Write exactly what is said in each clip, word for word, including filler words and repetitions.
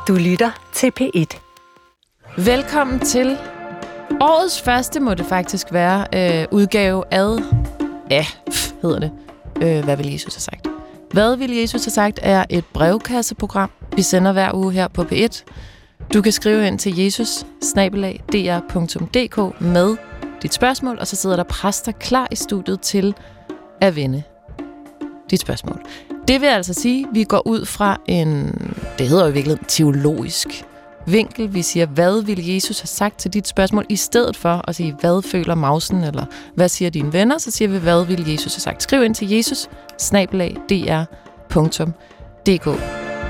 Du lytter til P et. Velkommen til årets første, må det faktisk være, øh, udgave ad... Ja, pff, hedder det. Øh, hvad vil Jesus have sagt? Hvad vil Jesus have sagt er et brevkasseprogram, vi sender hver uge her på P et. Du kan skrive ind til jesus bindestreg d r punktum d k med dit spørgsmål, og så sidder der præster klar i studiet til at vende dit spørgsmål. Det vil altså sige, at vi går ud fra en, det hedder jo i virkeligheden, teologisk vinkel. Vi siger, hvad vil Jesus have sagt til dit spørgsmål, i stedet for at sige, hvad føler mausen, eller hvad siger dine venner, så siger vi, hvad vil Jesus have sagt. Skriv ind til jesus bindestreg d r punktum d k.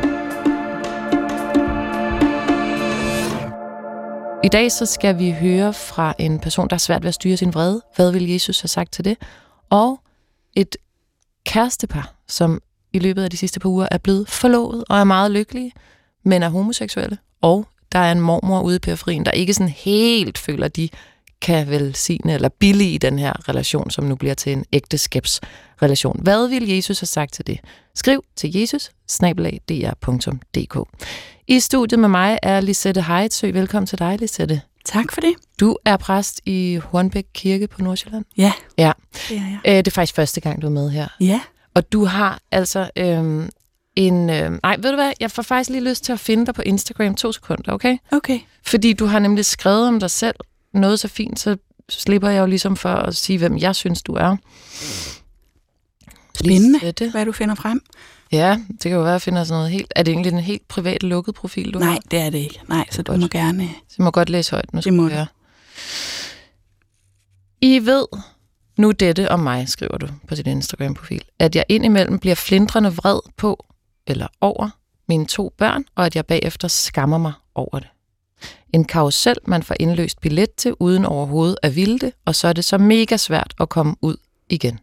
I dag så skal vi høre fra en person, der er svært ved at styre sin vrede. Hvad vil Jesus have sagt til det? Og et kærestepar, som i løbet af de sidste par uger er blevet forlovet og er meget lykkelige, men er homoseksuelle. Og der er en mormor ude i periferien, der ikke sådan helt føler, at de kan velsigne eller billige den her relation, som nu bliver til en ægteskabsrelation. Hvad vil Jesus have sagt til det? Skriv til jesus bindestreg d r punktum d k. I studiet med mig er Lisette Heitzø. Velkommen til dig, Lisette. Tak for det. Du er præst i Hornbæk Kirke på Nordsjælland. Ja, ja. det er jeg. Æ, det er faktisk første gang, du er med her. Ja. Og du har altså øhm, en... Øhm, nej, ved du hvad? Jeg får faktisk lige lyst til at finde dig på Instagram to sekunder, okay? Okay. Fordi du har nemlig skrevet om dig selv noget så fint, så slipper jeg jo ligesom for at sige, hvem jeg synes, du er. Spændende, Lisette. hvad du finder frem. Ja, det kan jo være, at jeg finder sådan noget helt... Er det egentlig en helt privat lukket profil, du Nej, har? det er det ikke. Nej, så du godt. må gerne... Så må godt læse højt. Nu det må du. I ved nu dette om mig, skriver du på din Instagram-profil, at jeg indimellem bliver flindrende vred på eller over mine to børn, og at jeg bagefter skammer mig over det. En karusel, man får indløst billet til, uden overhovedet at ville det, og så er det så mega svært at komme ud igen.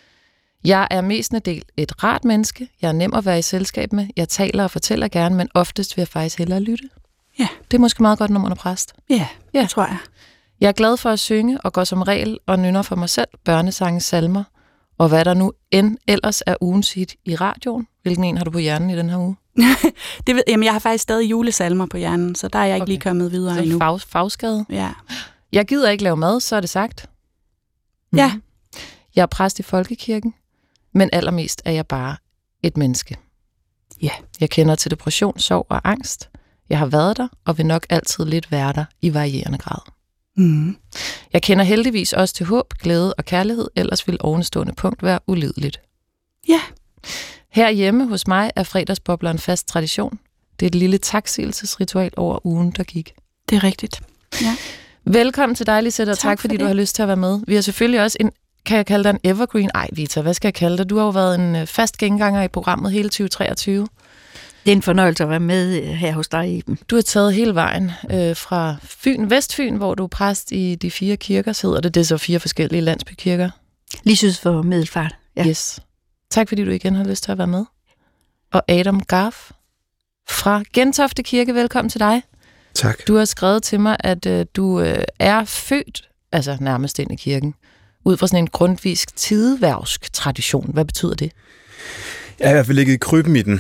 Jeg er mestendels et rart menneske. Jeg er nem at være i selskab med. Jeg taler og fortæller gerne, men oftest vil jeg faktisk hellere lytte. Ja. Det er måske meget godt, når man er præst. Ja, ja, det tror jeg. Jeg er glad for at synge og går som regel og nynner for mig selv børnesange, salmer, og hvad der nu end ellers er ugens hit i radioen. Hvilken en har du på hjernen i den her uge? det ved, jamen, jeg har faktisk stadig julesalmer på hjernen, så der er jeg ikke okay. lige kommet videre så endnu. Fag, fagskade? Ja. Jeg gider ikke lave mad, så er det sagt. Mm. Ja. Jeg er præst i Folkekirken, men allermest er jeg bare et menneske. Ja. Jeg kender til depression, sorg og angst. Jeg har været der, og vil nok altid lidt være der i varierende grad. Mm. Jeg kender heldigvis også til håb, glæde og kærlighed, ellers vil ovenstående punkt være ulideligt. Ja. Herhjemme hos mig er fredagsbobler en fast tradition. Det er et lille taksigelsesritual over ugen, der gik. Det er rigtigt. Ja. Velkommen til dig, Lisette, og tak, tak for fordi det. Du har lyst til at være med. Vi har selvfølgelig også en, kan jeg kalde dig en evergreen? Ej, Vita, hvad skal jeg kalde dig? Du har jo været en fast genganger i programmet hele tyve treogtyve. Det er en fornøjelse at være med her hos dig, Iben. Du har taget hele vejen øh, fra Fyn, Vestfyn, hvor du er præst i de fire kirker, så hedder det. Det er så fire forskellige landsbykirker. Lige synes for Middelfart. Ja. Yes. Tak fordi du igen har lyst til at være med. Og Adam Garf fra Gentofte Kirke, velkommen til dig. Tak. Du har skrevet til mig, at øh, du øh, er født, altså nærmest ind i kirken, ud fra sådan en grundtvigsk tideværvsk tradition. Hvad betyder det? Jeg har i hvert fald ligget i krybben i den.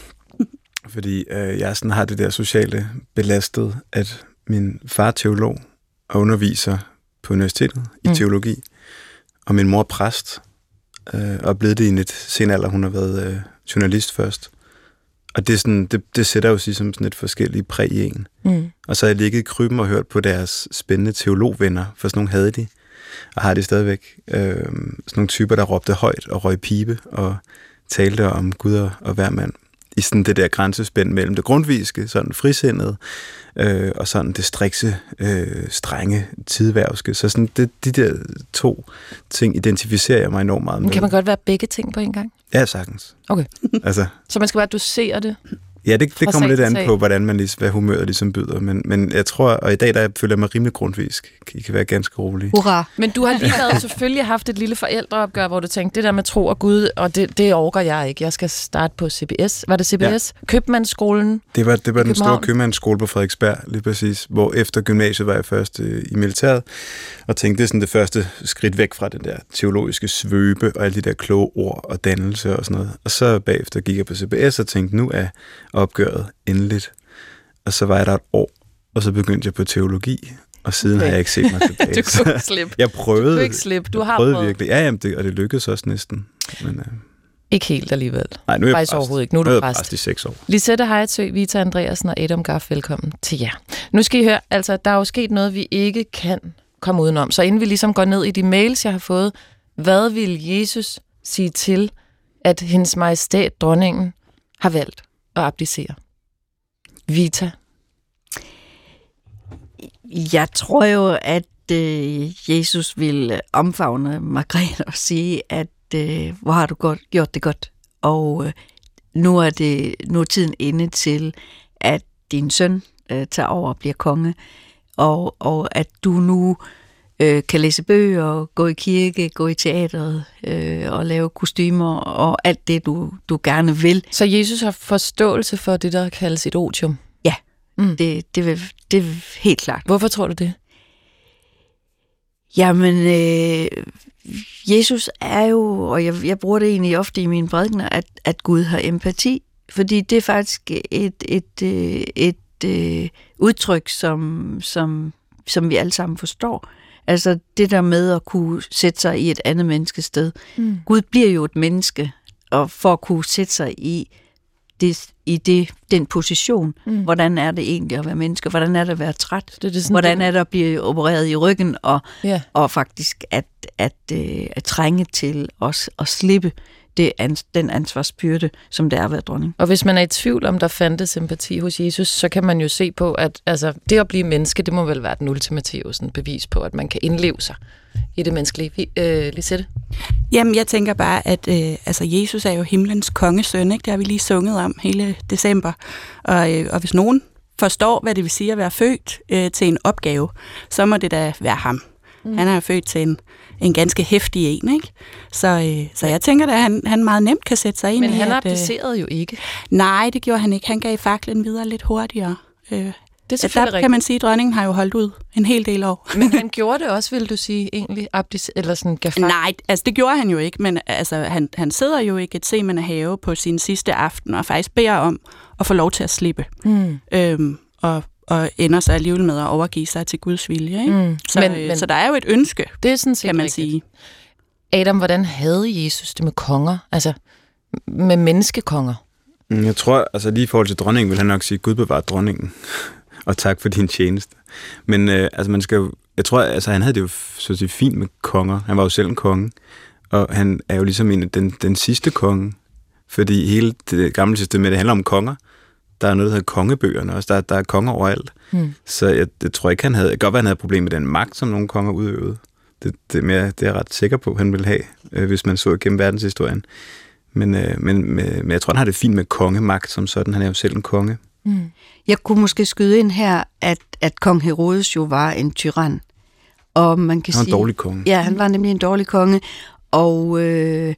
Fordi øh, jeg sådan har det der sociale belastet, at min far er teolog og underviser på universitetet i mm. teologi, og min mor er præst, øh, og er blevet det i en lidt sen alder. Hun har været øh, journalist først. Og det, er sådan, det, det sætter jo sig som sådan et forskelligt præg i en. Mm. Og så har jeg ligget i krybben og hørt på deres spændende teologvenner, for sådan nogle havde de, og har de stadigvæk. Øh, sådan nogle typer, der råbte højt og røg pibe og talte om Gud og, og hver mand. I sådan det der grænsespænd mellem det grundtvigske, sådan frisindede, øh, og sådan det strikse, øh, strenge, tidværvske. Så sådan det, de der to ting identificerer jeg mig enormt meget med. Men kan man godt være begge ting på en gang? Ja, sagtens. Okay. Altså, så man skal bare dosere det? Ja, det, det kommer lidt an på, hvordan man ligesom, hvad humøret ligesom byder. Men, men jeg tror, og i dag, der føler jeg mig rimelig grundvisk. I kan være ganske rolige. Hurra! Men du har lige været selvfølgelig haft et lille forældreopgør, hvor du tænkte, det der med tro og Gud, og det, det orker jeg ikke. Jeg skal starte på C B S. Var det C B S? Ja. Købmandsskolen? Det var, det var den store købmandsskole på Frederiksberg, lige præcis. Hvor efter gymnasiet var jeg først øh, i militæret, og tænkte, det er sådan det første skridt væk fra den der teologiske svøbe, og alle de der kloge ord og dannelse og sådan noget. Og så bagefter gik jeg på C B S og tænkte, nu er opgøret endeligt. og så var jeg der et år, og så begyndte jeg på teologi, og siden okay. har jeg ikke set mig tilbage. Du kunne ikke slippe. Jeg prøvede, du kunne ikke slippe. Du har prøvede prøvet. virkelig. Ja, jamen, det, og det lykkedes også næsten. Men, øh, ikke helt alligevel. Nej, nu er jeg faktisk præst. overhovedet ikke. Nu er du nu er præst. præst i seks år. Lisette Hejtsø, Vita Andreasen og Adam Gaff, velkommen til jer. Nu skal I høre, altså der er jo sket noget, vi ikke kan komme udenom. Så inden vi ligesom går ned i de mails, jeg har fået, hvad vil Jesus sige til, at hendes majestæt, dronningen, har valgt at abdicere? Vita? Jeg tror jo, at øh, Jesus vil omfavne Margrethe og sige, at øh, hvor har du godt, gjort det godt, og øh, nu, er det, nu er tiden inde til, at din søn øh, tager over og bliver konge, og, og at du nu øh, kan læse bøger, gå i kirke, gå i teateret øh, og lave kostymer og alt det, du, du gerne vil. Så Jesus har forståelse for det, der kaldes et otium? Ja, mm. det, det, vil, det er helt klart. Hvorfor tror du det? Jamen, øh, Jesus er jo, og jeg, jeg bruger det egentlig ofte i mine prædikener, at, at Gud har empati, fordi det er faktisk et, et, et, et, et udtryk, som, som, som vi alle sammen forstår. Altså det der med at kunne sætte sig i et andet menneskes sted. Mm. Gud bliver jo et menneske, og for at kunne sætte sig i det, i det, den position, mm. hvordan er det egentlig at være menneske, hvordan er det at være træt, det er det sådan, hvordan er det at blive opereret i ryggen, og, yeah. og faktisk at, at, at, at trænge til os at slippe det, den ansvarsbyrde, som det er at være dronning. Og hvis man er i tvivl om, der fandtes sympati hos Jesus, så kan man jo se på, at altså, det at blive menneske, det må vel være den ultimative sådan, bevis på, at man kan indleve sig i det menneskelige. Øh, Lisette? Jamen, jeg tænker bare, at øh, altså, Jesus er jo himlens kongesøn, ikke? Det har vi lige sunget om hele december. Og, øh, og hvis nogen forstår, hvad det vil sige at være født øh, til en opgave, så må det da være ham. Mm. Han er jo født til en, en ganske heftig en, ikke? Så, øh, så jeg tænker da, at han, han meget nemt kan sætte sig ind i, Men han at, abdicerede øh, jo ikke. Nej, det gjorde han ikke. Han gav faklen videre lidt hurtigere. Øh, det er selvfølgelig der kan man sige, at dronningen har jo holdt ud en hel del år. Men han gjorde det også, vil du sige, egentlig, abdic- eller sådan gav faklen? Nej, altså det gjorde han jo ikke, men altså, han, han sidder jo i Getsemane have på sin sidste aften, og faktisk beder om at få lov til at slippe. Mm. Øhm, og og ender så alligevel med at overgive sig til Guds vilje. Ikke? Mm, så, men, men, så der er jo et ønske, det er sådan set kan man rigtigt. sige. Adam, hvordan havde Jesus det med konger? Altså med menneskekonger? Jeg tror, altså lige i forhold til dronningen, vil han nok sige, Gud bevarer dronningen, og tak for din tjeneste. Men øh, altså man skal jo, jeg tror, altså han havde det jo så at sige fint med konger. Han var jo selv en konge, og han er jo ligesom en, den, den sidste konge, fordi hele det gamle system, det handler om konger. Der er noget, der hedder kongebøgerne også. Der, der er konger overalt. Hmm. Så jeg, jeg tror ikke, han havde... Godt, han havde problemer med den magt, som nogle konger udøvede. Det, det, mere, det er jeg ret sikker på, han ville have, øh, hvis man så gennem verdenshistorien. Men, øh, men, med, men jeg tror, han har det fint med kongemagt som sådan. Han er jo selv en konge. Hmm. Jeg kunne måske skyde ind her, at, at kong Herodes jo var en tyran. Og man kan han var sige, en dårlig konge. Ja, han var nemlig en dårlig konge. Og... Øh,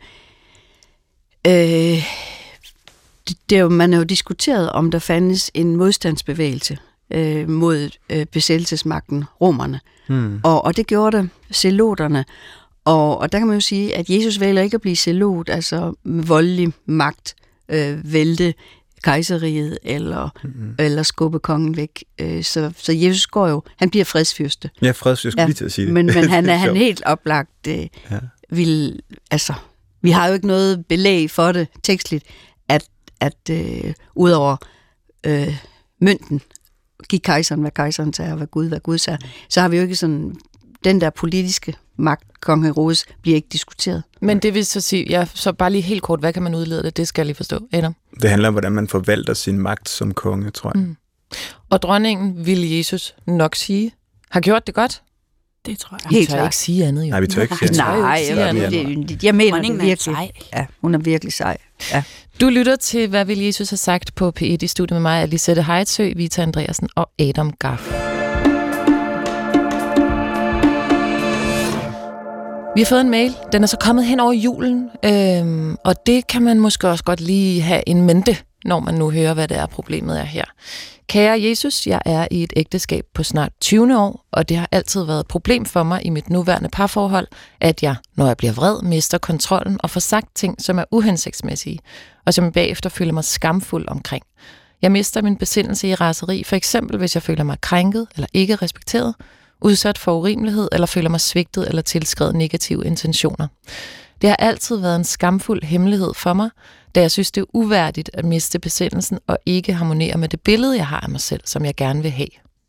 øh, Det er jo, man har jo diskuteret, om der fandtes en modstandsbevægelse øh, mod øh, besættelsesmagten, romerne. Hmm. Og, og det gjorde der zeloterne. Og, og der kan man jo sige, at Jesus vælger ikke at blive zelot, altså med voldelig magt, øh, vælte kejseriet eller, hmm. eller skubbe kongen væk. Øh, så, så Jesus går jo, han bliver fredsfyrste. Ja, fredsfyrste, jeg skulle ja, lige til at sige det. Men, men han er han helt oplagt, øh, ja. vil, altså, vi har jo ikke noget belæg for det tekstligt, at at øh, udover øh, mønten, give kejseren, hvad kejseren tager, hvad Gud, hvad Gud tager, så har vi jo ikke sådan, den der politiske magt, kong Herodes, bliver ikke diskuteret. Men det vil så sige, ja, så bare lige helt kort, hvad kan man udlede det? Det skal jeg lige forstå, Adam. Det handler om, hvordan man forvalter sin magt som konge, tror jeg. Mm. Og dronningen, ville Jesus nok sige, har gjort det godt? Det tror jeg. Helt tør ikke sige andet, jo. Nej, vi tør ikke sige andet. Nej, jeg, jeg, jeg mener det virkelig. Ja, hun er virkelig sej. Ja. Du lytter til, hvad vil Jesus have sagt på P et i studiet med mig, Lisette Hejtsø, Vita Andreasen og Adam Gaff. Vi har fået en mail. Den er så kommet hen over julen, øhm, og det kan man måske også godt lige have en mente, når man nu hører, hvad det er, problemet er her. Kære Jesus, jeg er i et ægteskab på snart tyve år, og det har altid været et problem for mig i mit nuværende parforhold, at jeg, når jeg bliver vred, mister kontrollen og får sagt ting, som er uhensigtsmæssige, og som jeg bagefter føler mig skamfuld omkring. Jeg mister min besindelse i raseri, for eksempel hvis jeg føler mig krænket eller ikke respekteret, udsat for urimelighed eller føler mig svigtet eller tilskrevet negative intentioner. Det har altid været en skamfuld hemmelighed for mig, da jeg synes, det er uværdigt at miste besindelsen og ikke harmonere med det billede, jeg har af mig selv, som jeg gerne vil have.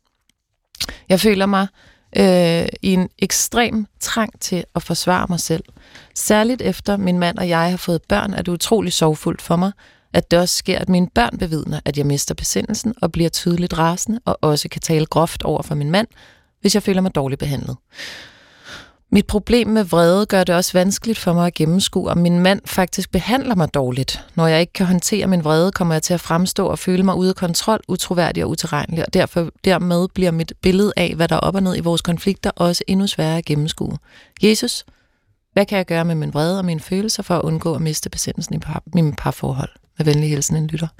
Jeg føler mig øh, i en ekstrem trang til at forsvare mig selv. Særligt efter min mand og jeg har fået børn, er det utrolig sorgfuldt for mig, at det også sker, at mine børn bevidner, at jeg mister besindelsen og bliver tydeligt rasende og også kan tale groft over for min mand, hvis jeg føler mig dårligt behandlet. Mit problem med vrede gør det også vanskeligt for mig at gennemskue, om min mand faktisk behandler mig dårligt. Når jeg ikke kan håndtere min vrede, kommer jeg til at fremstå og føle mig ude af kontrol, utroværdig og utilregnelig, og derfor, dermed bliver mit billede af, hvad der er op og ned i vores konflikter, også endnu sværere at gennemskue. Jesus, hvad kan jeg gøre med min vrede og mine følelser for at undgå at miste besindelsen i par, mine parforhold? Med venlig hilsen, en lytter.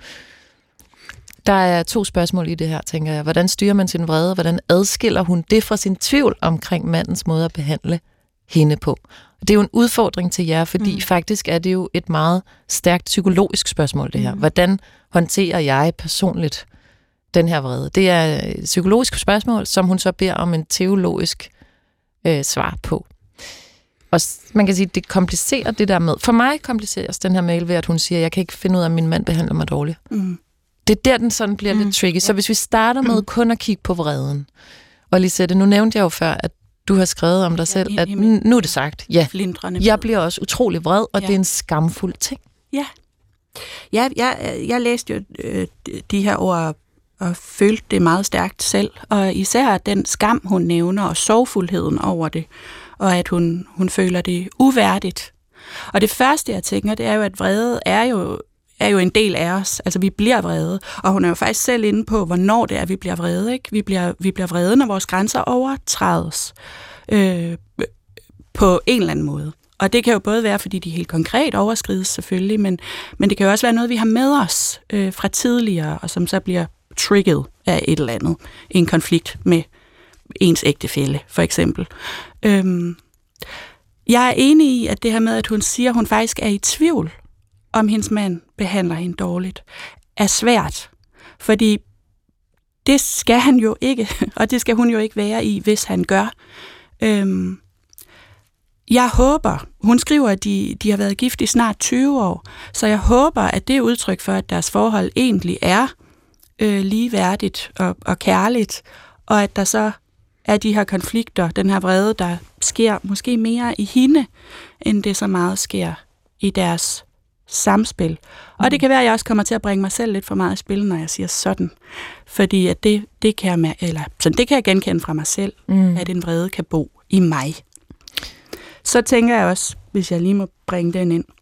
Der er to spørgsmål i det her, tænker jeg. Hvordan styrer man sin vrede? Hvordan adskiller hun det fra sin tvivl omkring mandens måde at behandle hende på? Det er jo en udfordring til jer, fordi mm. faktisk er det jo et meget stærkt psykologisk spørgsmål, det her. Mm. Hvordan håndterer jeg personligt den her vrede? Det er et psykologisk spørgsmål, som hun så beder om en teologisk øh, svar på. Og man kan sige, at det komplicerer det der med. For mig kompliceres den her mail ved, at hun siger, at jeg kan ikke finde ud af, at min mand behandler mig dårligt. Mm. Det er der, den sådan bliver mm. lidt tricky. Så hvis vi starter med mm. kun at kigge på vreden. Og Lisette, nu nævnte jeg jo før, at du har skrevet om dig ja, selv, at nu er det sagt. Ja, jeg bliver også utrolig vred, og ja. det er en skamfuld ting. Ja, ja jeg, jeg læste jo øh, de her ord og følte det meget stærkt selv. Og især den skam, hun nævner, og sorgfuldheden over det. Og at hun, hun føler det uværdigt. Og det første, jeg tænker, det er jo, at vrede er jo, er jo en del af os. Altså, vi bliver vrede. Og hun er jo faktisk selv inde på, hvornår det er, vi bliver vrede. Ikke? Vi, bliver, vi bliver vrede, når vores grænser overtrædes øh, på en eller anden måde. Og det kan jo både være, fordi de helt konkret overskrides selvfølgelig, men, men det kan jo også være noget, vi har med os øh, fra tidligere, og som så bliver trigget af et eller andet. En konflikt med ens ægtefælle, for eksempel. Øhm, jeg er enig i, at det her med, at hun siger, at hun faktisk er i tvivl, om hendes mand behandler hende dårligt, er svært. Fordi det skal han jo ikke, og det skal hun jo ikke være i, hvis han gør. Øhm, jeg håber, hun skriver, at de, de har været gift i snart tyve år, så jeg håber, at det er udtryk for, at deres forhold egentlig er øh, ligeværdigt og, og kærligt, og at der så er de her konflikter, den her vrede, der sker måske mere i hende, end det så meget sker i deres samspil. Og det kan være, at jeg også kommer til at bringe mig selv lidt for meget i spil, når jeg siger sådan. Fordi at det, det, kan jeg, eller, sådan, det kan jeg genkende fra mig selv, mm. at en vrede kan bo i mig. Så tænker jeg også, hvis jeg lige må bringe den ind.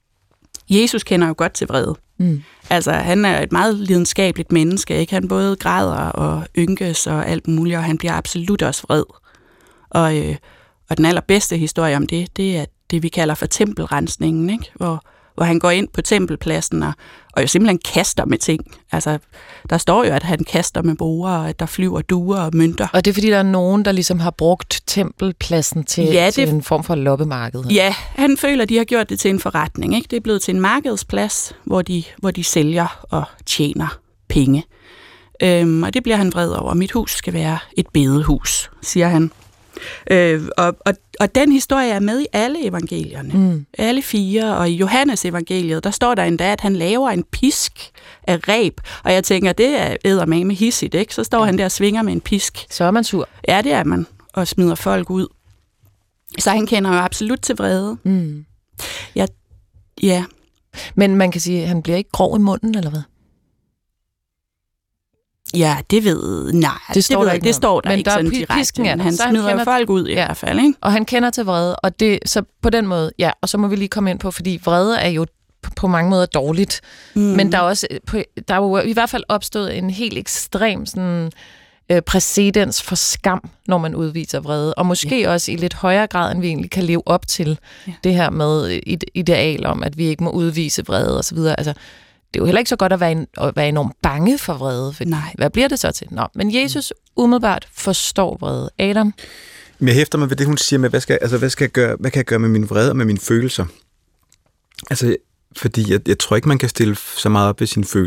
Jesus kender jo godt til vrede. Mm. Altså, han er et meget lidenskabeligt menneske, ikke? Han både græder og ynkes og alt muligt, og han bliver absolut også vred. Og, øh, og den allerbedste historie om det, det er det, vi kalder for tempelrensningen, ikke? Hvor, hvor han går ind på tempelpladsen og, og jo simpelthen kaster med ting. Altså, der står jo, at han kaster med borer, og at der flyver duer og mønter. Og det er, fordi der er nogen, der ligesom har brugt tempelpladsen til, ja, det, til en form for loppemarked. Ja, han føler, at de har gjort det til en forretning, ikke? Det er blevet til en markedsplads, hvor de, hvor de sælger og tjener penge. Øhm, og det bliver han vred over. Mit hus skal være et bedehus, siger han. Øh, og, og, og den historie er med i alle evangelierne. Mm. Alle fire. Og i Johannes evangeliet, der står der endda, at han laver en pisk af reb. Og jeg tænker, det er eddermame hissigt, ikke? Så står ja. han der og svinger med en pisk. Så er man sur. Ja, det er man. Og smider folk ud. Så han kender jo absolut til vrede. Mm. Ja, ja. Men man kan sige, at han bliver ikke grov i munden, eller hvad? Ja, det ved... Nej, det, det, står, der ikke, det står der men ikke der sådan direkte. Han, han smider han jo folk ud i ja. hvert fald, ikke? Og han kender til vrede, og det, så på den måde, ja, og så må vi lige komme ind på, fordi vrede er jo på, på mange måder dårligt, mm. men der er også på, der er jo i hvert fald opstået en helt ekstrem sådan, øh, præcedens for skam, når man udviser vrede, og måske ja. også i lidt højere grad, end vi egentlig kan leve op til ja. det her med ideal om, at vi ikke må udvise vrede og så videre. Altså, det er jo heller ikke så godt at være, en, at være enormt bange for vrede, for Nej. hvad bliver det så til? Nå, men Jesus umiddelbart forstår vrede. Adam? Men jeg hæfter mig ved det, hun siger med, hvad skal, altså, hvad skal jeg gøre, hvad kan jeg gøre med min vrede og med mine følelser? Altså, fordi jeg, jeg tror ikke, man kan stille så meget op ved sine følelser.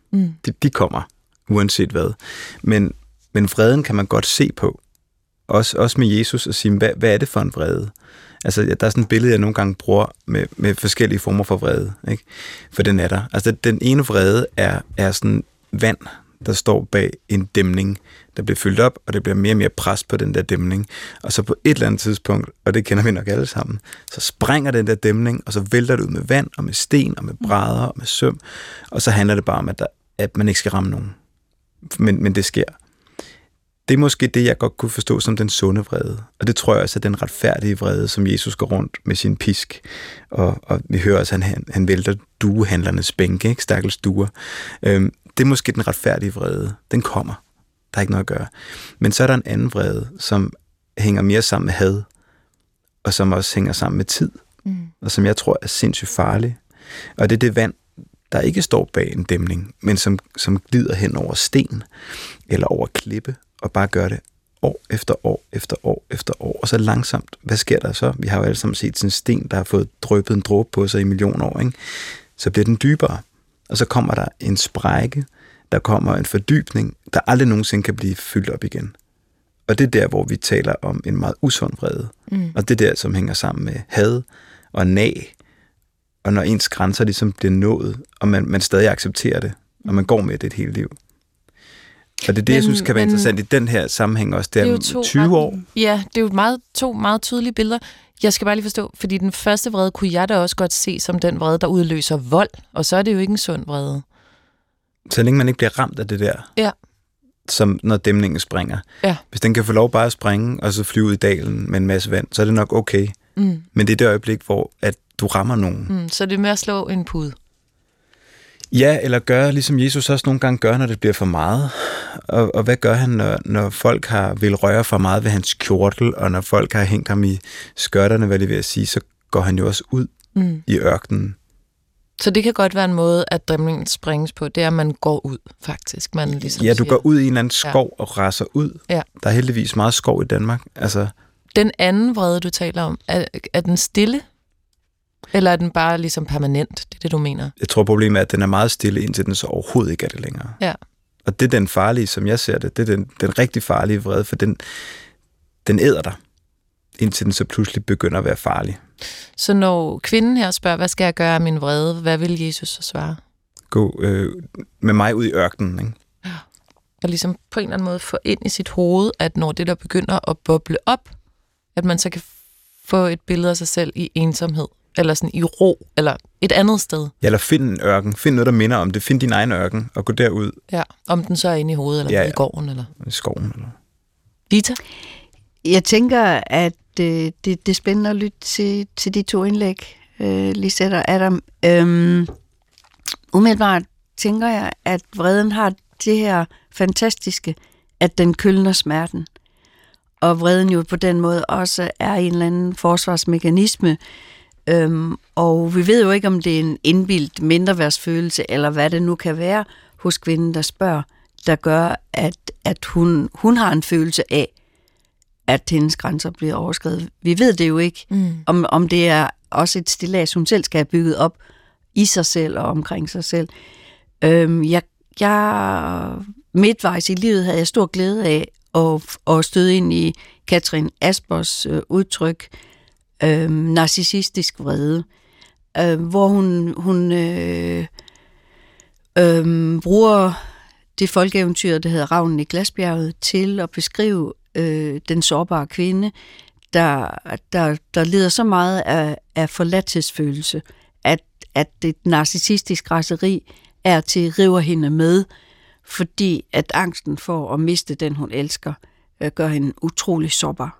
Mm. De, de kommer, uanset hvad. Men, men vreden kan man godt se på. Også, også med Jesus, og sige, hvad, hvad er det for en vrede? Altså, der er sådan et billede, jeg nogle gange bruger med, med forskellige former for vrede, ikke? For den er der. Altså, den ene vrede er, er sådan vand, der står bag en dæmning, der bliver fyldt op, og det bliver mere og mere pres på den der dæmning. Og så på et eller andet tidspunkt, og det kender vi nok alle sammen, så springer den der dæmning, og så vælter det ud med vand, og med sten, og med brædder, og med søm. Og så handler det bare om, at, der, at man ikke skal ramme nogen. Men, men det sker. Det er måske det, jeg godt kunne forstå som den sunde vrede. Og det tror jeg også er den retfærdige vrede, som Jesus går rundt med sin pisk. Og, og vi hører også, at han, han vælter duehandlernes bænke, ikke? Stakkels duer. Øhm, det er måske den retfærdige vrede. Den kommer. Der er ikke noget at gøre. Men så er der en anden vrede, som hænger mere sammen med had, og som også hænger sammen med tid, mm. og som jeg tror er sindssygt farlig. Og det er det vand, der ikke står bag en dæmning, men som, som glider hen over sten, eller over klippe, og bare gør det år efter år efter år efter år. Og så langsomt, hvad sker der så? Vi har jo alle sammen set sådan en sten, der har fået dryppet en dråbe på sig i millioner år, ikke? Så bliver den dybere, og så kommer der en sprække, der kommer en fordybning, der aldrig nogensinde kan blive fyldt op igen. Og det er der, hvor vi taler om en meget usund vrede. Mm. Og det er der, som hænger sammen med had og nag, og når ens grænser ligesom bliver nået, og man, man stadig accepterer det, og man går med det et helt liv. Og det er det, men, jeg synes kan være interessant i den her sammenhæng også, det er, det er jo tyve ret, år. Ja, det er jo meget, to meget tydelige billeder. Jeg skal bare lige forstå, fordi den første vrede kunne jeg da også godt se som den vrede, der udløser vold, og så er det jo ikke en sund vrede. Så længe man ikke bliver ramt af det der, ja. Som når dæmningen springer. Ja. Hvis den kan få lov bare at springe, og så flyve ud i dalen med en masse vand, så er det nok okay. Mm. Men det er det øjeblik, hvor at du rammer nogen. Mm, så det er med at slå en pude. Ja, eller gøre, ligesom Jesus også nogle gange gør, når det bliver for meget. Og, og hvad gør han, når, når folk har vil røre for meget ved hans kjortel, og når folk har hængt ham i skørterne, hvad det vil sige, så går han jo også ud mm. i ørkenen. Så det kan godt være en måde, at dæmningen springes på, det er, at man går ud, faktisk. Man ligesom ja, du siger. går ud i en eller anden skov ja. Og raser ud. Ja. Der er heldigvis meget skov i Danmark. Altså. Den anden vrede, du taler om, er, er den stille? Eller er den bare ligesom permanent? Det er det, du mener? Jeg tror, problemet er, at den er meget stille, indtil den så overhovedet ikke er det længere. Ja. Og det er den farlige, som jeg ser det. Det er den, den rigtig farlige vrede, for den, den æder dig, indtil den så pludselig begynder at være farlig. Så når kvinden her spørger, hvad skal jeg gøre af min vrede, hvad vil Jesus så svare? Gå øh, med mig ud i ørkenen, ikke? Ja. Og ligesom på en eller anden måde få ind i sit hoved, at når det der begynder at boble op, at man så kan få et billede af sig selv i ensomhed, eller sådan i ro, eller et andet sted. Ja, eller find en ørken. Find noget, der minder om det. Find din egen ørken, og gå derud. Ja, om den så er inde i hovedet, eller ja, ja. I gården, eller? I skoven, eller? Vita? Jeg tænker, at øh, det, det er spændende at lytte til, til de to indlæg, øh, Lisette og Adam. Øhm, umiddelbart tænker jeg, at vreden har det her fantastiske, at den kølner smerten. Og vreden jo på den måde også er en eller anden forsvarsmekanisme. Øhm, og vi ved jo ikke, om det er en indbildt mindreværdsfølelse, eller hvad det nu kan være hos kvinden, der spørger, der gør, at, at hun, hun har en følelse af, at hendes grænser bliver overskredet. Vi ved det jo ikke, mm. om, om det er også et stillads, hun selv skal have bygget op i sig selv og omkring sig selv. Øhm, jeg, jeg midtvejs i livet havde jeg stor glæde af at, at støde ind i Katrin Asbers øh, udtryk, øh, narcissistisk vrede, øh, hvor hun, hun øh, øh, bruger det folkeeventyr, der hedder Ravnen i Glasbjerget, til at beskrive øh, den sårbare kvinde, der, der, der lider så meget af, af forladthedsfølelse, at, at et narcissistisk raseri er til river hende med, fordi at angsten for at miste den, hun elsker, øh, gør hende utrolig sårbar.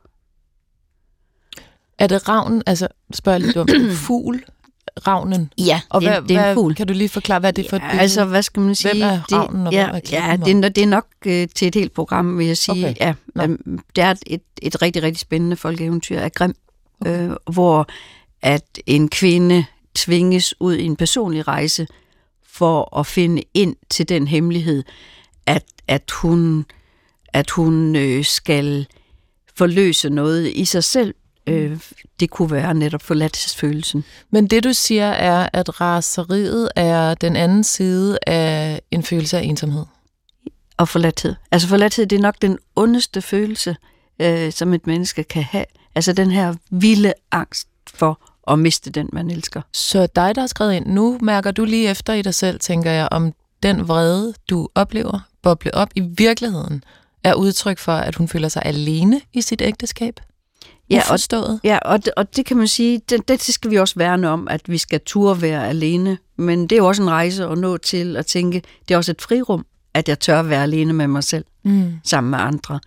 Er det ravnen, altså spørger lidt om fugl, ravnen? Ja, og det, hvad, det er en fugl. Kan du lige forklare, hvad det er for et ja, altså, hvad skal man sige? Hvem er ravnen, og det, hvem er klippen? Ja, det er, det er nok øh, til et helt program, vil jeg sige. Okay. Ja, um, det er et, et rigtig, rigtig spændende folkeeventyr af Grimm, okay. øh, hvor at en kvinde tvinges ud i en personlig rejse for at finde ind til den hemmelighed, at, at hun, at hun øh, skal forløse noget i sig selv, Øh, det kunne være netop forladelsesfølelsen. Men det, du siger, er, at raseriet er den anden side af en følelse af ensomhed. Og forladthed. Altså forladthed, det er nok den ondeste følelse, øh, som et menneske kan have. Altså den her vilde angst for at miste den, man elsker. Så dig, der har skrevet ind, nu mærker du lige efter i dig selv, tænker jeg, om den vrede, du oplever, boble op i virkeligheden, er udtryk for, at hun føler sig alene i sit ægteskab? Ja, og, ja, og det, og det kan man sige, det, det skal vi også værne om, at vi skal turde være alene. Men det er jo også en rejse at nå til at tænke, det er også et frirum, at jeg tør være alene med mig selv, mm. sammen med andre.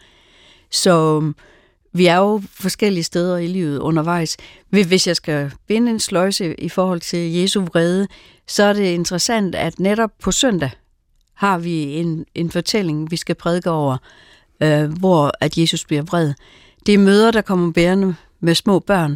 Så vi er jo forskellige steder i livet undervejs. Hvis jeg skal binde en sløjse i forhold til Jesu vrede, så er det interessant, at netop på søndag har vi en, en fortælling, vi skal prædike over, øh, hvor at Jesus bliver vred. Det er mødre, der kommer bærende med små børn,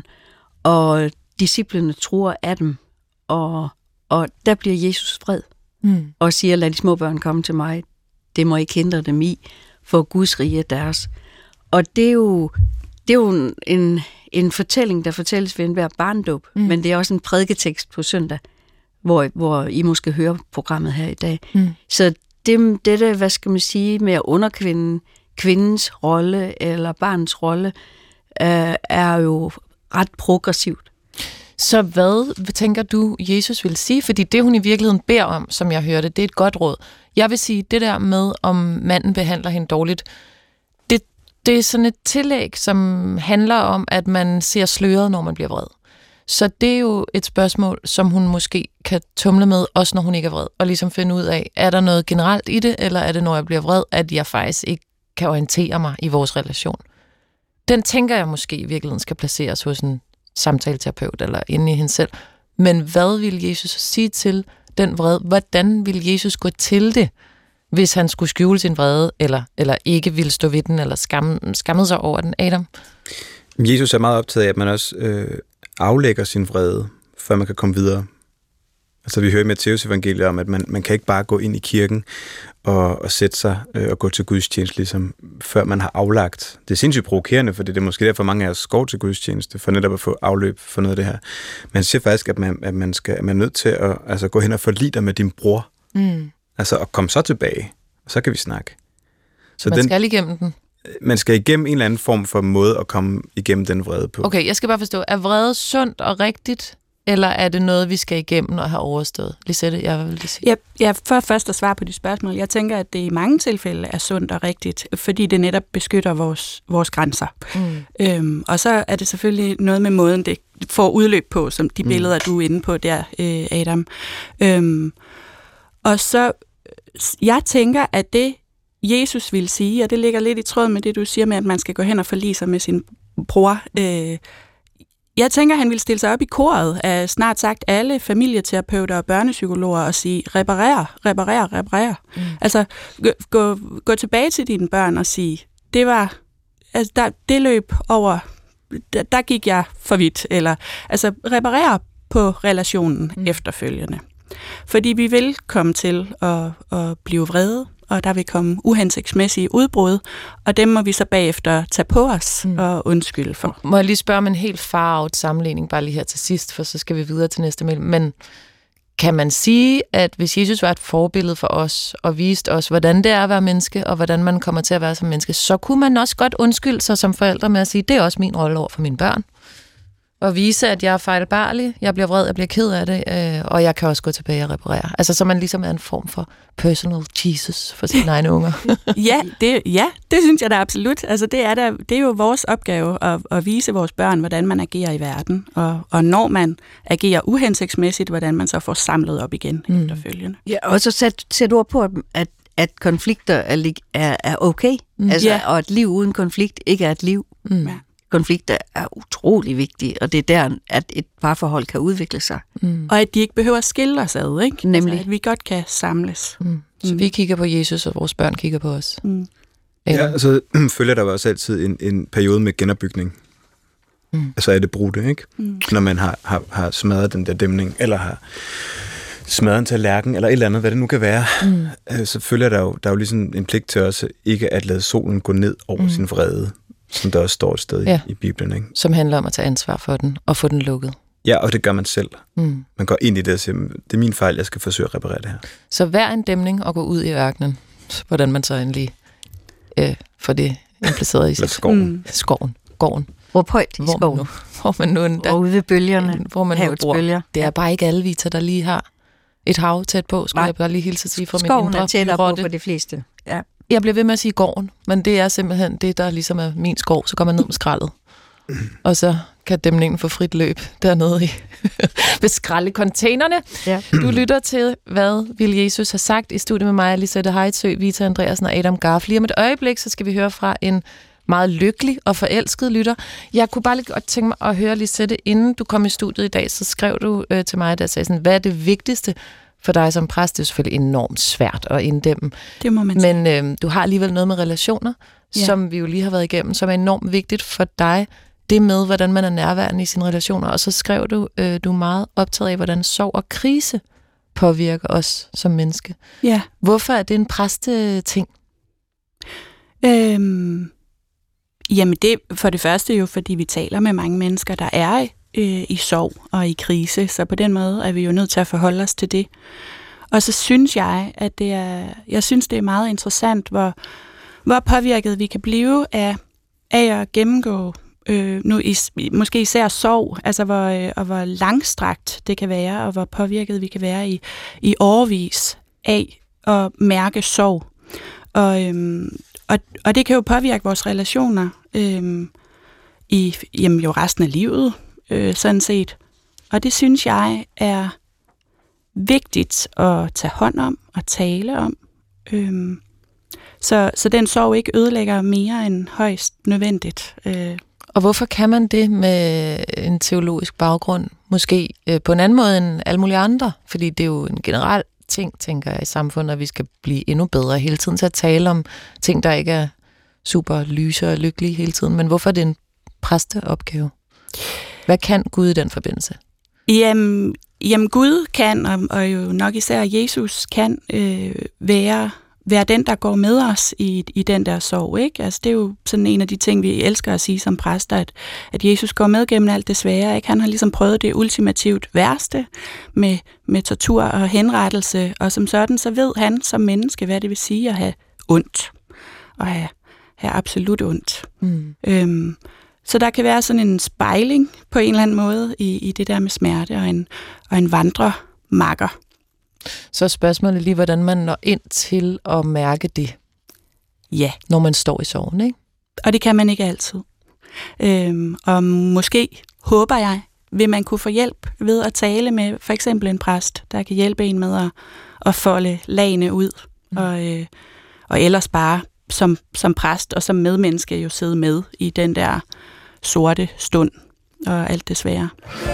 og disciplene tror af dem, og, og der bliver Jesus vred, mm. og siger, lad de små børn komme til mig, det må ikke hindre dem i, for Guds rige er deres. Og det er jo, det er jo en, en fortælling, der fortælles ved enhver barndåb, mm. men det er også en prædiketekst på søndag, hvor, hvor I måske hører programmet her i dag. Mm. Så det, dette, hvad skal man sige, med at underkvinde kvindens rolle eller barnets rolle, øh, er jo ret progressivt. Så hvad tænker du, Jesus vil sige? Fordi det, hun i virkeligheden beder om, som jeg hørte, det er et godt råd. Jeg vil sige, det der med, om manden behandler hende dårligt, det, det er sådan et tillæg, som handler om, at man ser sløret, når man bliver vred. Så det er jo et spørgsmål, som hun måske kan tumle med, også når hun ikke er vred, og ligesom finde ud af, er der noget generelt i det, eller er det, når jeg bliver vred, at jeg faktisk ikke kan orientere mig i vores relation. Den tænker jeg måske i virkeligheden skal placeres hos en samtaleterapeut eller inde i hende selv. Men hvad vil Jesus sige til den vrede? Hvordan vil Jesus gå til det, hvis han skulle skjule sin vrede, eller, eller ikke ville stå ved den, eller skamme, skamme sig over den? Adam? Jesus er meget optaget af, at man også øh, aflægger sin vrede, før man kan komme videre. Altså vi hører i Matteus evangeliet om, at man, man kan ikke bare gå ind i kirken og, og sætte sig øh, og gå til gudstjeneste, ligesom, før man har aflagt. Det er sindssygt provokerende, for det er måske derfor mange af os går til gudstjeneste, for netop at få afløb for noget af det her. Man siger faktisk, at man, at man, skal, at man er nødt til at altså, gå hen og forlige dig med din bror. Mm. Altså at komme så tilbage, og så kan vi snakke. Så man den, skal igennem den. Man skal igennem en eller anden form for måde at komme igennem den vrede på. Okay, jeg skal bare forstå, er vrede sundt og rigtigt? Eller er det noget, vi skal igennem og have overstået? Lisette, jeg vil det sige. Ja, ja, for først at svare på de spørgsmål. Jeg tænker, at det i mange tilfælde er sundt og rigtigt, fordi det netop beskytter vores, vores grænser. Mm. Øhm, og så er det selvfølgelig noget med måden, det får udløb på, som de billeder, mm. du er inde på der, øh, Adam. Øhm, og så, jeg tænker, at det, Jesus vil sige, og det ligger lidt i tråd med det, du siger med, at man skal gå hen og forlige sig med sin bror, øh, jeg tænker, han vil stille sig op i koret af snart sagt alle familieterapeuter og børnepsykologer og sige, reparer, reparer, reparer. Mm. Altså, gå, gå tilbage til dine børn og sige, det var, altså, der, det løb over, der, der gik jeg for vidt. Eller, altså, reparer på relationen mm. efterfølgende. Fordi vi vil komme til at, at blive vrede, og der vil komme uhensigtsmæssige udbrud, og dem må vi så bagefter tage på os mm. og undskylde for. Må jeg lige spørge om en helt far-out sammenligning, bare lige her til sidst, for så skal vi videre til næste mail. Men kan man sige, at hvis Jesus var et forbillede for os, og viste os, hvordan det er at være menneske, og hvordan man kommer til at være som menneske, så kunne man også godt undskylde sig som forældre med at sige, det er også min rolle over for mine børn. Og vise, at jeg er fejlbarlig, jeg bliver vred, jeg bliver ked af det, øh, og jeg kan også gå tilbage og reparere. Altså, så man ligesom er en form for personal Jesus for sine egne unger. ja, det, ja, det synes jeg da absolut. Altså, det er, der, det er jo vores opgave at, at vise vores børn, hvordan man agerer i verden, og, og når man agerer uhensigtsmæssigt, hvordan man så får samlet op igen mm. efterfølgende. Ja, og så sæt, sæt ord på, at, at konflikter er, er, er okay, mm. altså, ja. Og et liv uden konflikt ikke er et liv. Mm. Ja. Konflikter er utrolig vigtige, og det er der, at et parforhold kan udvikle sig. Mm. Og at de ikke behøver at skille os ad, ikke? Nemlig. Altså, at vi godt kan samles. Mm. Så mm. vi kigger på Jesus, og vores børn kigger på os. Mm. Ja, så følger der også altid en, en periode med genopbygning. Mm. Altså er det brudte, ikke? Mm. Når man har, har, har smadret den der dæmning, eller har smadret en tallerken, eller et eller andet, hvad det nu kan være, mm. så følger der jo, der er jo ligesom en pligt til også ikke at lade solen gå ned over mm. sin vrede. som der også står et sted ja. i, i Bibelen. Ikke? Som handler om at tage ansvar for den, og få den lukket. Ja, og det gør man selv. Mm. Man går ind i det og siger, det er min fejl, jeg skal forsøge at reparere det her. Så hver en dæmning og gå ud i ørkenen, hvordan man så endelig øh, får det impliceret i sig. skoven. Mm. Skoven. Gården. Råb højt i hvor skoven. Man nu, hvor man nu endda, og ude ved bølgerne. Hvor man havets bor. bølger. Det er bare ikke alle Vita, der lige har et hav tæt på, skulle Nej. jeg bare lige hilse at sige for skoven min indre er tættere byrotte. på for de fleste. Ja. Jeg bliver ved med at sige gården, men det er simpelthen det, der ligesom er min skov. Så går man ned med skraldet. Og så kan dæmningen få frit løb dernede i ved skraldecontainerne. Ja. Du lytter til, hvad vil Jesus have sagt i studiet med mig, Lisette Heitzø, Vita Andreasen og Adam Garf. Lige om et øjeblik, så skal vi høre fra en meget lykkelig og forelsket lytter. Jeg kunne bare lige godt tænke mig at høre, Lisette, inden du kom i studiet i dag, så skrev du øh, til mig, der sagde sådan, hvad er det vigtigste for dig som præst? Det er selvfølgelig enormt svært at inddæmme. Det må man sige. Men øh, du har alligevel noget med relationer, ja. som vi jo lige har været igennem, som er enormt vigtigt for dig. Det med, hvordan man er nærværende i sine relationer. Og så skrev du, øh, du er meget optaget af, hvordan sorg og krise påvirker os som menneske. Ja. Hvorfor er det en præsteting? Øhm, jamen det for det første jo, fordi vi taler med mange mennesker, der er øh, i sorg og i krise. Så på den måde er vi jo nødt til at forholde os til det. Og så synes jeg, at det er, jeg synes, det er meget interessant, hvor, hvor påvirket vi kan blive af, af at gennemgå Øh, nu is, måske især sorg, altså hvor, øh, og hvor langstrakt det kan være, og hvor påvirket vi kan være i, i årevis af at mærke sorg. Og, øhm, og, og det kan jo påvirke vores relationer øhm, i jamen, jo resten af livet, øh, sådan set. Og det synes jeg er vigtigt at tage hånd om og tale om. Øhm, så, så den sorg ikke ødelægger mere end højst nødvendigt. Øh, Og hvorfor kan man det med en teologisk baggrund? Måske øh, på en anden måde end alle mulige andre? Fordi det er jo en generel ting, tænker jeg, i samfundet, at vi skal blive endnu bedre hele tiden til at tale om ting, der ikke er super lyse og lykkelige hele tiden. Men hvorfor er det en præsteopgave? Hvad kan Gud i den forbindelse? Jamen, jamen Gud kan, og, og jo nok især Jesus kan øh, være... være den, der går med os i, i den der sorg, ikke? Altså, det er jo sådan en af de ting, vi elsker at sige som præster, at, at Jesus går med gennem alt det svære, ikke? Han har ligesom prøvet det ultimativt værste med, med tortur og henrettelse, og som sådan, så ved han som menneske, hvad det vil sige at have ondt, og have, have absolut ondt. Mm. Øhm, så der kan være sådan en spejling på en eller anden måde i, i det der med smerte, og en, og en vandremakker. Så spørgsmålet lige, hvordan man når ind til at mærke det, ja, når man står i sorgen, ikke? Og det kan man ikke altid. Øhm, og måske, håber jeg, vil man kunne få hjælp ved at tale med for eksempel en præst, der kan hjælpe en med at, at folde lagene ud, mm. og, øh, og ellers bare som, som præst og som medmenneske jo sidde med i den der sorte stund og alt det svære.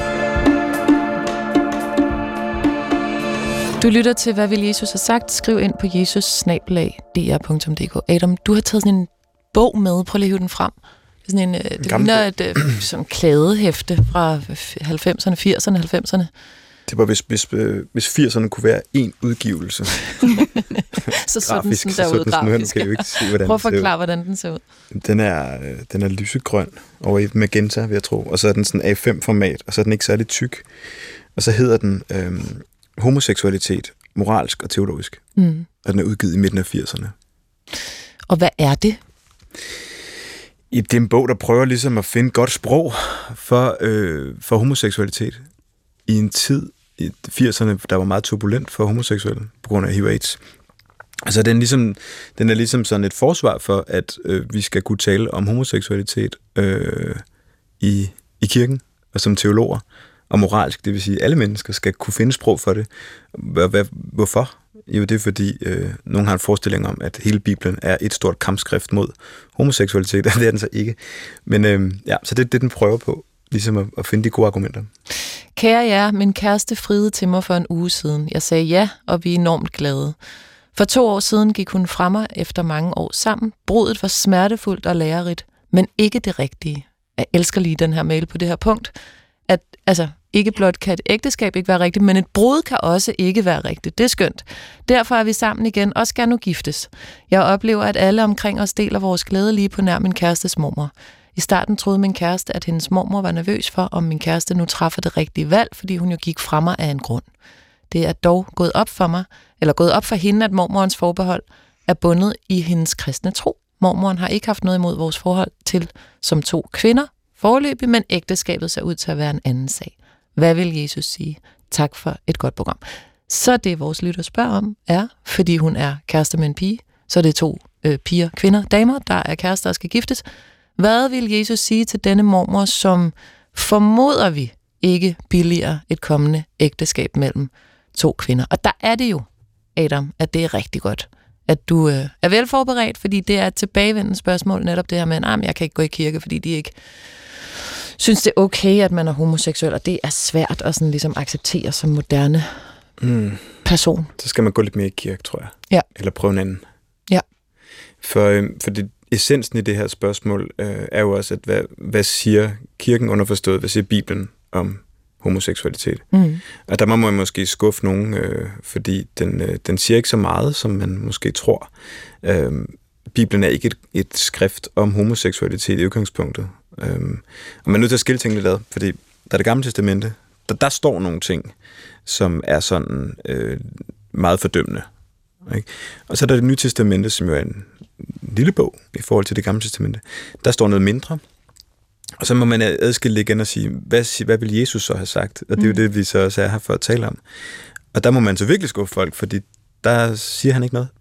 Du lytter til, hvad vil Jesus have sagt? Skriv ind på jesus snabel-a d r punktum d k. Adam, du har taget sådan en bog med. Prøv lige at hive den frem. Sådan en, det ligner et øh, sådan klædehæfte fra halvfemserne, firserne, halvfemserne. Det var, hvis, hvis, hvis firserne kunne være én udgivelse. så sådan grafisk, den der ud grafisk. Kan jeg jo ikke se, hvordan Prøv at forklare, hvordan den ser ud. Den er, den er lysegrøn over i magenta, vil jeg tro. Og så er den sådan A fem format, og så er den ikke særlig tyk. Og så hedder den øh, homoseksualitet, moralsk og teologisk. Mm. Og den er udgivet i midten af firserne. Og hvad er det? Det er en bog, der prøver ligesom at finde godt sprog for, øh, for homoseksualitet. I en tid i firserne, der var meget turbulent for homoseksuelle på grund af H I V AIDS. Altså den, ligesom, den er ligesom sådan et forsvar for, at øh, vi skal kunne tale om homoseksualitet øh, i, i kirken og som teologer. Og moralsk, det vil sige, at alle mennesker skal kunne finde sprog for det. Hvorfor? Jo, det er fordi, øh, nogen har en forestilling om, at hele Bibelen er et stort kampskrift mod homoseksualitet, og det er den så ikke. Men øh, ja, så det er det, den prøver på, ligesom at, at finde de gode argumenter. Kære jer, min kæreste friede til mig for en uge siden. Jeg sagde ja, og vi er enormt glade. For to år siden gik hun fra mig efter mange år sammen. Brudet var smertefuldt og lærerigt, men ikke det rigtige. Jeg elsker lige den her mail på det her punkt, at altså, ikke blot kan et ægteskab ikke være rigtigt, men et brud kan også ikke være rigtigt. Det er skønt. Derfor er vi sammen igen og skal nu giftes. Jeg oplever, at alle omkring os deler vores glæde lige på nær min kærestes mormor. I starten troede min kæreste, at hendes mormor var nervøs for, om min kæreste nu træffer det rigtige valg, fordi hun jo gik fra mig af en grund. Det er dog gået op for mig, eller gået op for hende, at mormorens forbehold er bundet i hendes kristne tro. Mormoren har ikke haft noget imod vores forhold til som to kvinder foreløbig, men ægteskabet ser ud til at være en anden sag. Hvad vil Jesus sige? Tak for et godt program. Så det, vores lytter spørger om, er, fordi hun er kæreste med en pige, så det er to øh, piger, kvinder, damer, der er kærester og skal giftes. Hvad vil Jesus sige til denne mormor, som formoder vi ikke billigere et kommende ægteskab mellem to kvinder? Og der er det jo, Adam, at det er rigtig godt, at du øh, er velforberedt, fordi det er et tilbagevendende spørgsmål, netop det her med, at jeg kan ikke gå i kirke, fordi de ikke synes, det er okay, at man er homoseksuel, og det er svært at sådan ligesom acceptere som moderne mm. person. Så skal man gå lidt mere i kirke, tror jeg. Ja. Eller prøve en anden. Ja. For, øh, for det, essensen i det her spørgsmål øh, er jo også, at hvad, hvad siger kirken underforstået, hvad siger Bibelen om homoseksualitet? Mm. Og der må man måske skuffe nogen, øh, fordi den, øh, den siger ikke så meget, som man måske tror. Øh, Bibelen er ikke et, et skrift om homoseksualitet i udgangspunktet. Øh, og man er nødt til at skille tingene lidt ad, fordi der er det gamle testamente, der, der står nogle ting, som er sådan øh, meget fordømmende. Ikke? Og så er der det nye testamente, som jo er en lille bog i forhold til det gamle testamente. Der står noget mindre, og så må man adskille igen og sige, hvad, hvad vil Jesus så have sagt? Og det er jo det, vi så også er her for at tale om. Og der må man så virkelig skuffe folk, fordi der siger han ikke noget.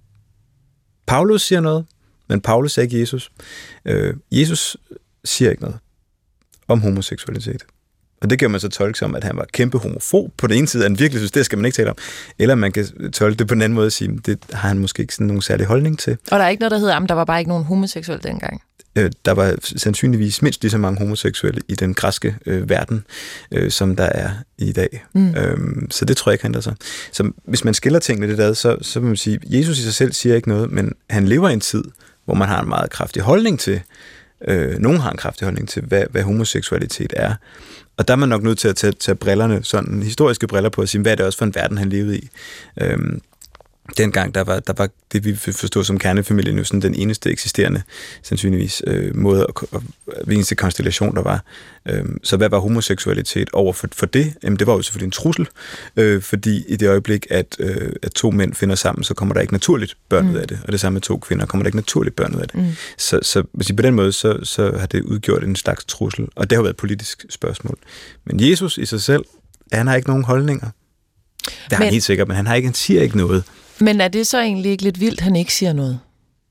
Paulus siger noget, men Paulus siger ikke Jesus. Øh, Jesus siger ikke noget om homoseksualitet. Og det kan man så tolke som, at han var kæmpe homofob på den ene side, at han virkelig synes, det skal man ikke tale om. Eller man kan tolke det på den anden måde og sige, det har han måske ikke sådan nogen særlig holdning til. Og der er ikke noget, der hedder, at der var bare ikke nogen homoseksuelle dengang? Øh, der var sandsynligvis mindst lige så mange homoseksuelle i den græske øh, verden, øh, som der er i dag. Mm. Øhm, så det tror jeg ikke, han der så. Så hvis man skiller tingene lidt ad, så, så vil man sige, Jesus i sig selv siger ikke noget, men han lever i en tid, hvor man har en meget kraftig holdning til, øh, nogen har en kraftig holdning til, hvad, hvad homoseksualitet er. Og der er man nok nødt til at tage, tage brillerne, sådan historiske briller på, og sige, hvad er det også for en verden, han levede i. Øhm, dengang, der var, der var det, vi forstår som kernefamilien, jo sådan den eneste eksisterende, sandsynligvis, øh, måde, og, og den eneste konstellation, der var. Øhm, så hvad var homoseksualitet over for, for det? Jamen, det var jo selvfølgelig en trussel, øh, fordi i det øjeblik, at, øh, at to mænd finder sammen, så kommer der ikke naturligt børn mm. ud af det, og det samme med to kvinder, kommer der ikke naturligt børn ud af det. Mm. Så, så hvis I på den måde, så, så har det udgjort en slags trussel, og det har været et politisk spørgsmål. Men Jesus i sig selv, han har ikke nogen holdninger. Det er men, han helt sikkert, men han, har ikke, han siger ikke noget. Men er det så egentlig ikke lidt vildt, han ikke siger noget?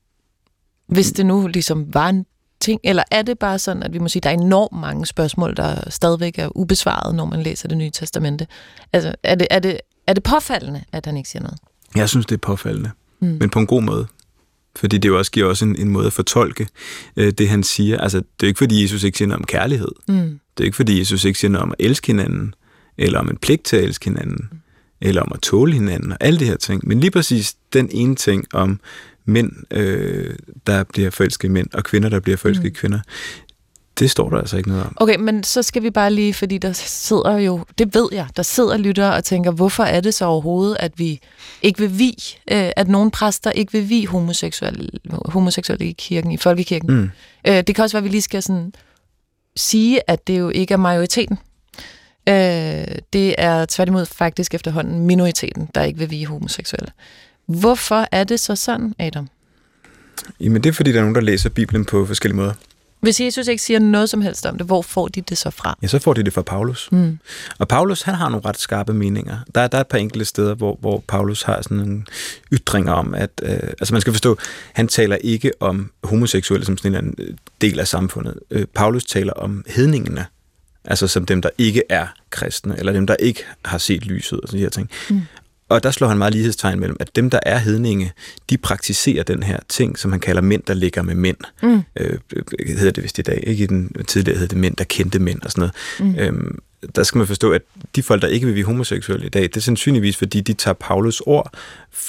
Hvis det nu ligesom var en ting, eller er det bare sådan, at vi må sige, at der er enormt mange spørgsmål, der stadigvæk er ubesvaret, når man læser det nye testamente? Altså, er det, er det, er det påfaldende, at han ikke siger noget? Jeg synes, det er påfaldende, mm. men på en god måde. Fordi det jo også giver også en, en måde at fortolke øh, det, han siger. Altså, det er jo ikke, fordi Jesus ikke siger noget om kærlighed. Mm. Det er ikke, fordi Jesus ikke siger noget om at elske hinanden, eller om en pligt til at elske hinanden. Mm. Eller om at tåle hinanden, og alle de her ting. Men lige præcis den ene ting om mænd, øh, der bliver forelsket i mænd, og kvinder, der bliver forelsket i mm. kvinder, det står der altså ikke noget om. Okay, men så skal vi bare lige, fordi der sidder jo, det ved jeg, der sidder lyttere og tænker, hvorfor er det så overhovedet, at vi ikke vil vie, øh, at nogle præster ikke vil vie homoseksuelle, homoseksuelle i kirken, i folkekirken. Mm. Øh, det kan også være, at vi lige skal sådan sige, at det jo ikke er majoriteten. Det er tværtimod faktisk efterhånden minoriteten, der ikke vil vie homoseksuelle. Hvorfor er det så sådan, Adam? Jamen det er, fordi der er nogen, der læser Bibelen på forskellige måder. Hvis Jesus ikke siger noget som helst om det, hvor får de det så fra? Ja, så får de det fra Paulus. Mm. Og Paulus, han har nogle ret skarpe meninger. Der, der er et par enkelte steder, hvor, hvor Paulus har sådan nogle ytringer om, at øh, altså man skal forstå, han taler ikke om homoseksuelle som sådan en del af samfundet. Øh, Paulus taler om hedningene. Altså som dem, der ikke er kristne, eller dem, der ikke har set lyset, og sådan de her ting. Mm. Og der slår han meget lighedstegn mellem, at dem, der er hedninge, de praktiserer den her ting, som han kalder mænd, der ligger med mænd. Mm. Øh, hedder det vist i dag. Ikke i den tidligere hed det mænd, der kendte mænd og sådan noget. Mm. Øhm, der skal man forstå, at de folk, der ikke vil blive homoseksuelle i dag, det er sandsynligvis, fordi de tager Paulus ord for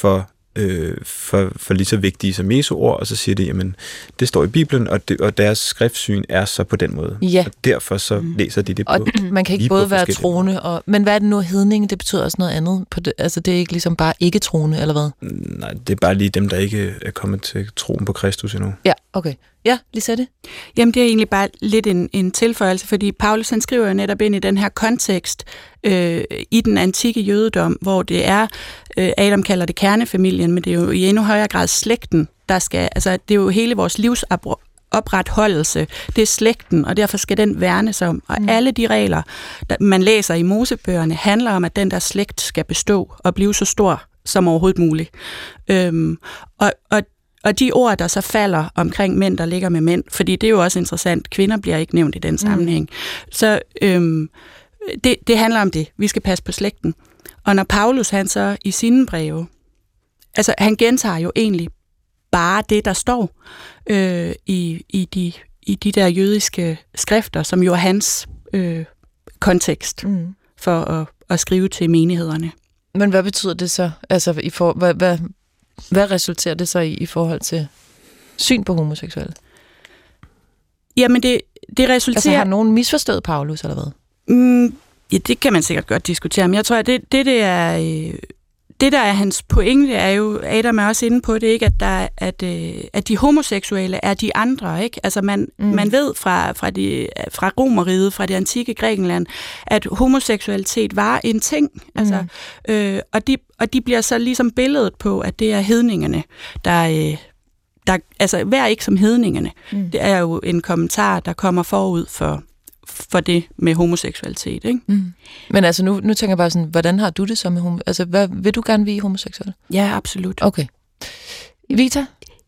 øh, for, for lige så vigtige som Jesu ord, og så siger de, jamen, det står i Bibelen, og, det, og deres skriftsyn er så på den måde. Ja. Og derfor så mm. læser de det på. Og man kan ikke både være troende, og, men hvad er det nu, hedning? Det betyder også noget andet. På det, altså, det er ikke ligesom bare ikke troende, eller hvad? Nej, det er bare lige dem, der ikke er kommet til troen på Kristus endnu. Ja, okay. Ja, Lisette? Jamen, det er egentlig bare lidt en, en tilføjelse, fordi Paulus han skriver jo netop ind i den her kontekst øh, i den antikke jødedom, hvor det er, øh, Adam kalder det kernefamilien, men det er jo i endnu højere grad slægten, der skal, altså det er jo hele vores livsopretholdelse, det er slægten, og derfor skal den værnes om. Og mm. alle de regler, der man læser i Mosebøgerne, handler om, at den der slægt skal bestå og blive så stor som overhovedet muligt. Øhm, og, og Og de ord, der så falder omkring mænd, der ligger med mænd, fordi det er jo også interessant, kvinder bliver ikke nævnt i den sammenhæng. Mm. Så øhm, det, det handler om det. Vi skal passe på slægten. Og når Paulus, han så i sine breve, altså han gentager jo egentlig bare det, der står øh, i, i, de, i de der jødiske skrifter, som jo er hans øh, kontekst mm. for at, at skrive til menighederne. Men hvad betyder det så? Altså, i for, hvad, hvad Hvad resulterer det så i i forhold til syn på homoseksuelle? Jamen, det, det resulterer... Altså, har nogen misforstået Paulus, eller hvad? Mm, ja, det kan man sikkert godt diskutere, men jeg tror, at det, det, det, er, det der er hans pointe, er jo, Adam er også inde på det, ikke, at, der, at, at de homoseksuelle er de andre. Ikke? Altså, man, mm. man ved fra, fra, de, fra Romerriget, fra det antikke Grækenland, at homoseksualitet var en ting. Mm. Altså, øh, og, de, og de bliver så ligesom billedet på, at det er hedningerne, der... Der, altså, vær ikke som hedningerne. Mm. Det er jo en kommentar, der kommer forud for, for det med homoseksualitet, ikke? Mm. Men altså, nu, nu tænker jeg bare sådan, hvordan har du det så med homoseksuelle? Altså, hvad, vil du gerne vie homoseksuelle? Ja, absolut. Okay. Vita?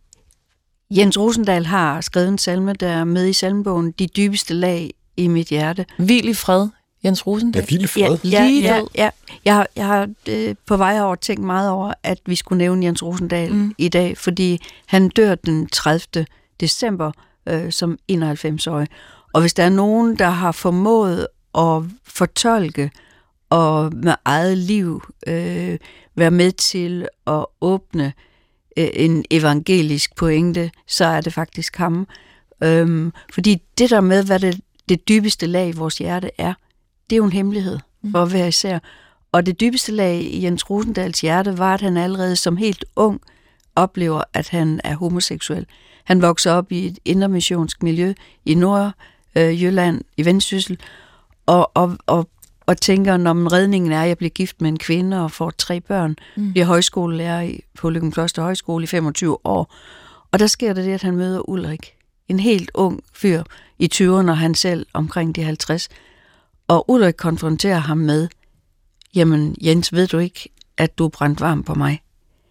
Jens Rosendahl har skrevet en salme, der er med i salmebogen, De dybeste lag i mit hjerte. Hvil i fred, Jens Rosendahl. Ja, hvil i fred. Ja, ja, ja, ja. Jeg har, jeg har øh, på vej over tænkt meget over, at vi skulle nævne Jens Rosendahl mm. i dag, fordi han dør den tredivte december øh, som enoghalvfems-årig. Og hvis der er nogen, der har formået at fortolke og med eget liv øh, være med til at åbne øh, en evangelisk pointe, så er det faktisk ham. Øhm, fordi det der med, hvad det, det dybeste lag i vores hjerte er, det er jo en hemmelighed for hver især. Og det dybeste lag i Jens Rosendahls hjerte var, at han allerede som helt ung oplever, at han er homoseksuel. Han vokser op i et indremissionsk miljø i Nordjylland, øh, i Vendsyssel, og, og, og, og tænker, når redningen er, at jeg bliver gift med en kvinde og får tre børn, mm. bliver højskolelærer på Løgumkloster Højskole i femogtyve år. Og der sker det det, at han møder Ulrik, en helt ung fyr i tyverne, og han selv omkring de halvtreds. Og Ulrik konfronterer ham med, jamen Jens, ved du ikke, at du er brændt varm på mig?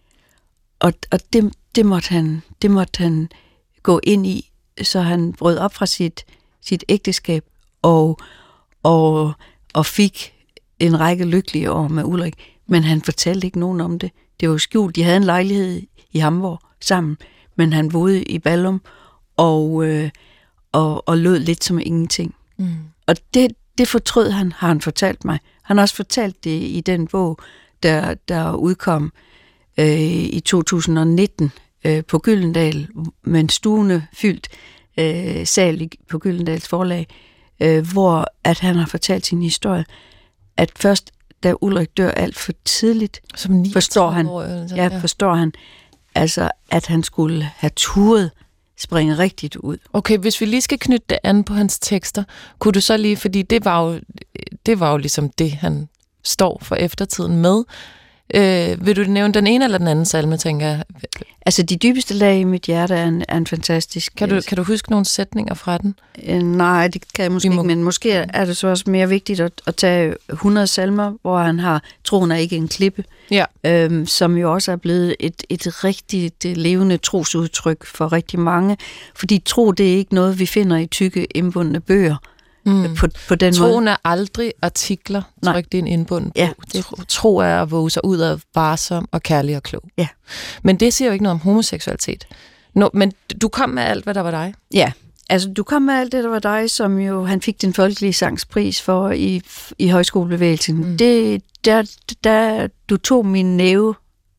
Og, og det, det, måtte han, det måtte han gå ind i, så han brød op fra sit, sit ægteskab og, og, og fik en række lykkelige år med Ulrik. Men han fortalte ikke nogen om det. Det var skjult. De havde en lejlighed i Hamborg sammen, men han boede i Ballum og, øh, og, og lød lidt som ingenting. Mm. Og det Det fortrød han, har han fortalt mig. Han har også fortalt det i den bog, der, der udkom øh, i to tusind nitten øh, på Gyldendal, med en stuende fyldt øh, sal på Gyldendals forlag, øh, hvor at han har fortalt sin historie, at først da Ulrik dør alt for tidligt, som forstår han, år, altså, ja, forstår han, altså at han skulle have turet springe rigtigt ud. Okay, hvis vi lige skal knytte det an på hans tekster, kunne du så lige, fordi det var jo, det var jo ligesom det, han står for eftertiden med. Øh, vil du nævne den ene eller den anden salme, tænker jeg? Altså, De dybeste lag i mit hjerte er en, er en fantastisk... Kan du, kan du huske nogle sætninger fra den? Øh, nej, det kan jeg måske må... ikke, men måske er det så også mere vigtigt at, at tage hundrede salmer, hvor han har Troen er ikke en klippe, ja. øhm, som jo også er blevet et, et rigtigt levende trosudtryk for rigtig mange. Fordi tro, det er ikke noget, vi finder i tykke, indbundne bøger. Mm. På, på den Troen måde. er aldrig artikler, tryk det er en indbundet ja, det... tro, tro er at våge sig ud af varsom og kærlig og klog. Ja. Men det siger jo ikke noget om homoseksualitet. Nå, men du kom med alt, hvad der var dig. Ja, altså du kom med alt det, der var dig, som jo han fik den folkelige sangspris for i, i højskolebevægelsen. Mm. Det, der, der, du tog min næve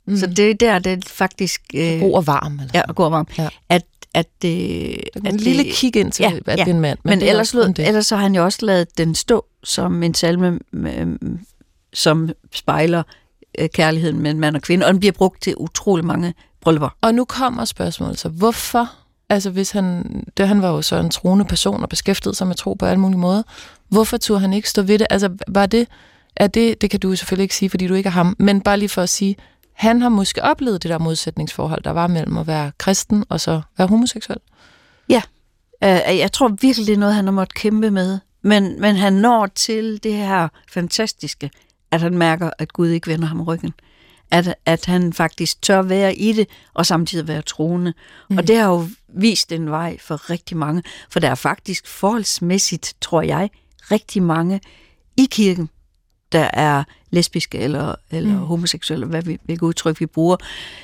Mm. Så det er der, det er faktisk... Øh, god og varm. Eller ja, og god og varm. Ja. At, at, øh, en at lille det, kig ind til, ja, at ja. det er en mand. Men, men det ellers, lod, det. ellers så har han jo også lavet den stå som en salme, øh, som spejler øh, kærligheden mellem mand og kvinde, og den bliver brugt til utrolig mange bryllupper. Og nu kommer spørgsmålet så, hvorfor? Altså hvis han, det, han var jo så en troende person og beskæftigede sig med tro på alle mulige måder. Hvorfor turde han ikke stå ved det? Altså var det, er det, det kan du selvfølgelig ikke sige, fordi du ikke er ham, men bare lige for at sige, han har måske oplevet det der modsætningsforhold, der var mellem at være kristen og så være homoseksuel. Ja, uh, jeg tror virkelig, det er noget, han har måttet kæmpe med. Men, men han når til det her fantastiske, at han mærker, at Gud ikke vender ham ryggen. At, at han faktisk tør være i det, og samtidig være troende. Mm. Og det har jo vist en vej for rigtig mange. For der er faktisk forholdsmæssigt, tror jeg, rigtig mange i kirken, der er lesbiske eller, eller mm. homoseksuelle, hvad vi, hvilket udtryk vi bruger.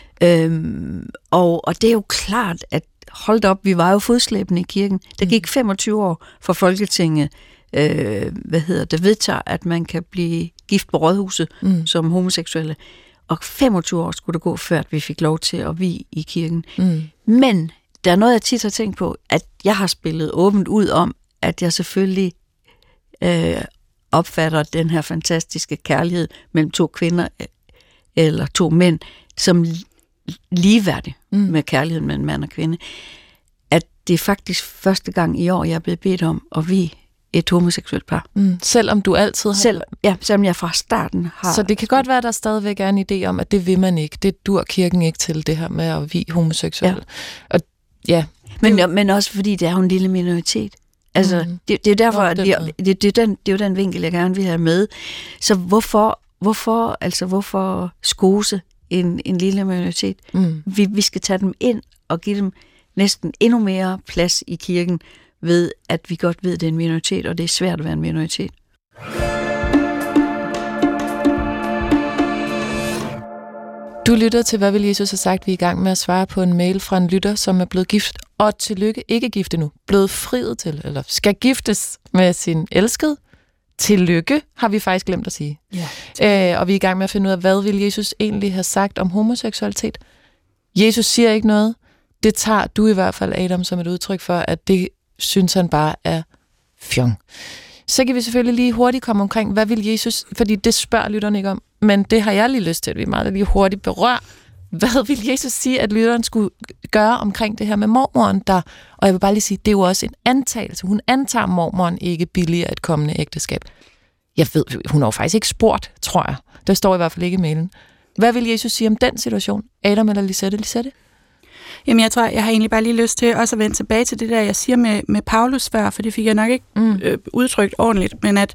Øhm, og, og det er jo klart, at hold op, vi var jo fodslæbende i kirken. Der gik femogtyve år for Folketinget, øh, hvad hedder det, vedtager, at man kan blive gift på rådhuset mm. som homoseksuelle. Og femogtyve år skulle det gå, før vi fik lov til at vie i kirken. Mm. Men der er noget, jeg tit har tænkt på, at jeg har spillet åbent ud om, at jeg selvfølgelig øh, opfatter den her fantastiske kærlighed mellem to kvinder eller to mænd som ligeværdig mm. med kærligheden mellem mand og kvinde. At det er faktisk første gang i år, jeg er blevet bedt om at vie et homoseksuelt par. Mm. Selvom du altid har... Selv, ja, selvom jeg fra starten har... Så det kan godt være, at der stadigvæk er en idé om, at det vil man ikke. Det dur kirken ikke til, det her med at vie homoseksuelle. Ja. Og, ja. Men, det... men også fordi det er jo en lille minoritet. Altså, mm. det, det er derfor, at vi, det, det, er den, det er jo den vinkel, jeg gerne vil have med. Så hvorfor, hvorfor, altså, hvorfor skose en, en lille minoritet? Mm. Vi, vi skal tage dem ind og give dem næsten endnu mere plads i kirken, ved at vi godt ved, at det er en minoritet, og det er svært at være en minoritet. Du lytter til, hvad vil Jesus have sagt? Vi er i gang med at svare på en mail fra en lytter, som er blevet gift, og tillykke, ikke gift endnu, blevet friet til, eller skal giftes med sin elskede. Tillykke, har vi faktisk glemt at sige. Ja, øh, og vi er i gang med at finde ud af, hvad vil Jesus egentlig have sagt om homoseksualitet? Jesus siger ikke noget. Det tager du i hvert fald, Adam, som et udtryk for, at det synes han bare er fjong. Så kan vi selvfølgelig lige hurtigt komme omkring, hvad vil Jesus, fordi det spørger lytteren ikke om, men det har jeg lige lyst til, at vi meget lige hurtigt berører. Hvad vil Jesus sige, at lytteren skulle gøre omkring det her med mormoren, der, og jeg vil bare lige sige, det er jo også en antagelse. Hun antager mormoren ikke billigere et kommende ægteskab. Jeg ved, hun har jo faktisk ikke spurgt, tror jeg. Der står i hvert fald ikke i mailen. Hvad vil Jesus sige om den situation? Adam eller Lisette? Lisette? Jamen, jeg tror, jeg har egentlig bare lige lyst til også at vende tilbage til det der, jeg siger med, med Paulus før, for det fik jeg nok ikke mm. øh, udtrykt ordentligt, men at,